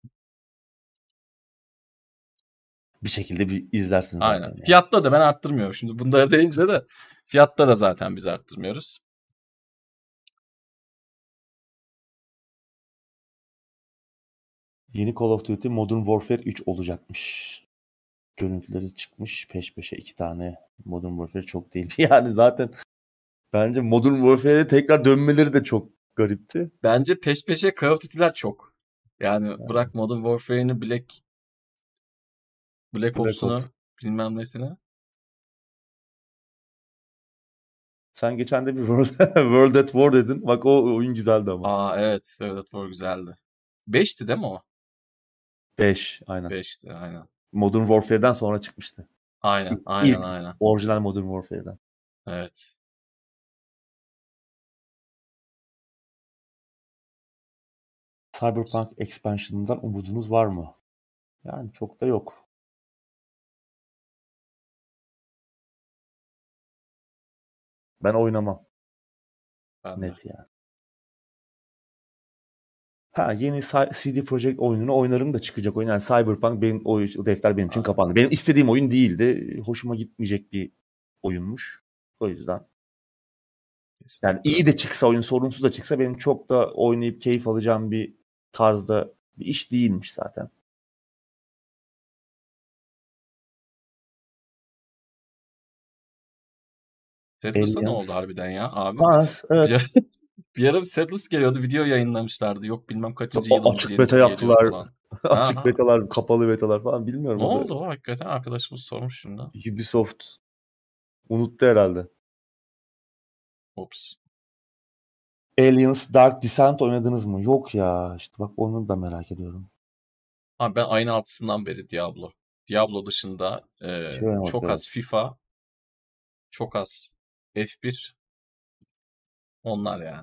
Bir şekilde bir izlersin Aynen. zaten ya. Fiyatta da ben arttırmıyorum. Şimdi bunları deyince de fiyatta da zaten biz arttırmıyoruz. Yeni Call of Duty Modern Warfare üç olacakmış. Görüntüleri çıkmış peş peşe iki tane. Modern Warfare çok değil. Yani zaten bence Modern Warfare'e tekrar dönmeleri de çok garipti. Bence peş peşe Call of Duty'ler çok. Yani Yani bırak Modern Warfare'ini Black Black Black Ops. Ops'unu bilmem nesine. Sen geçen de bir World, World at War dedin. Bak o oyun güzeldi ama. Aa evet, evet War güzeldi. beşti değil mi o? beş aynen. beşti aynen. Modern Warfare'den sonra çıkmıştı. Aynen İlk, aynen ilk aynen. orijinal Modern Warfare'den. Evet. Cyberpunk expansion'ından umudunuz var mı? Yani çok da yok. Ben oynamam. Ben de. Net yani. Ha yeni C D Projekt oyununu oynarım da çıkacak oyun. Yani Cyberpunk benim o, o defter benim için Aynen. kapandı. Benim istediğim oyun değildi. Hoşuma gitmeyecek bir oyunmuş. O yüzden. Yani Kesinlikle. iyi de çıksa oyun sorunsuz da çıksa benim çok da oynayıp keyif alacağım bir tarzda bir iş değilmiş zaten. Settlers'a ne oldu Aliens. harbiden ya abi? Ha, Bir, evet. bir ara bir Settlers geliyordu. Video yayınlamışlardı. Yok bilmem kaçıncı O yılın açık beta yenisi geliyor yaptılar. falan. Açık Aha. betalar, kapalı betalar falan bilmiyorum Ne o da. oldu o hakikaten? Arkadaşımız sormuş şimdi. Ubisoft unuttu herhalde. Ops. Aliens Dark Descent oynadınız mı? Yok ya. İşte bak onu da merak ediyorum. Abi ben ayın altısından beri Diablo. Diablo dışında e, Şey oynamak çok lazım. az FIFA, çok az F bir. Onlar yani.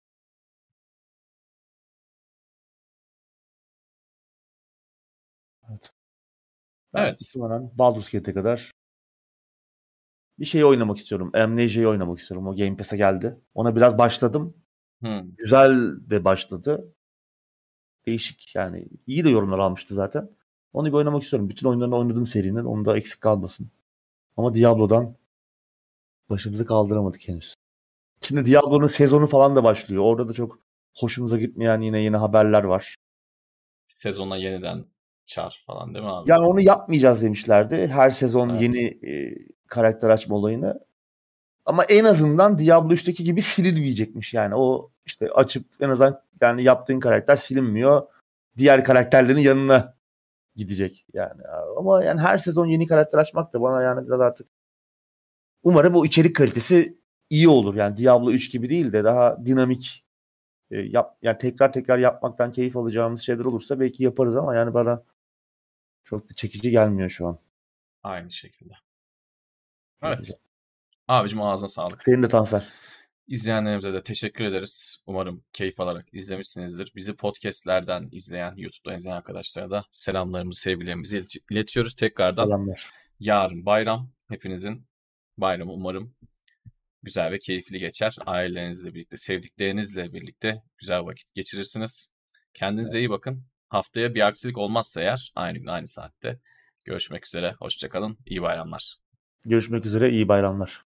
Evet. Ben Evet. muhtemelen Baldur's Gate'e kadar bir şey oynamak istiyorum. Amnesia'yı oynamak istiyorum. O Game Pass'e geldi. Ona biraz başladım. Hmm. Güzel de başladı. Değişik yani. İyi de yorumlar almıştı zaten. Onu bir oynamak istiyorum. Bütün oyunlarını oynadığım serinin. Onu da eksik kalmasın. Ama Diablo'dan başımızı kaldıramadık henüz. Şimdi Diablo'nun sezonu falan da başlıyor. Orada da çok hoşumuza gitmeyen yine yeni haberler var. Sezona yeniden çağır falan değil mi abi? Yani onu yapmayacağız demişlerdi. Her sezon Evet. yeni e, karakter açma olayını. Ama en azından Diablo üçteki gibi silinmeyecekmiş yani. O işte açıp en azından yani yaptığın karakter silinmiyor. Diğer karakterlerin yanına gidecek yani. Ama yani her sezon yeni karakter açmak da bana yani biraz artık umarım o içerik kalitesi iyi olur. Yani Diablo üç gibi değil de daha dinamik e, yap yani tekrar tekrar yapmaktan keyif alacağımız şeyler olursa belki yaparız ama yani bana çok da çekici gelmiyor şu an. Aynı şekilde. Evet. Göreceğiz. Abicim ağzına sağlık. Senin de Tansel. İzleyenlerimize de teşekkür ederiz. Umarım keyif alarak izlemişsinizdir. Bizi podcastlerden izleyen, YouTube'dan izleyen arkadaşlara da selamlarımızı, sevgilerimizi ilet- iletiyoruz tekrardan. Selamlar. Yarın bayram. Hepinizin bayramı umarım güzel ve keyifli geçer. Ailelerinizle birlikte, sevdiklerinizle birlikte güzel vakit geçirirsiniz. Kendinize iyi bakın. Haftaya bir aksilik olmazsa eğer aynı gün aynı saatte görüşmek üzere. Hoşça kalın. İyi bayramlar. Görüşmek üzere, iyi bayramlar.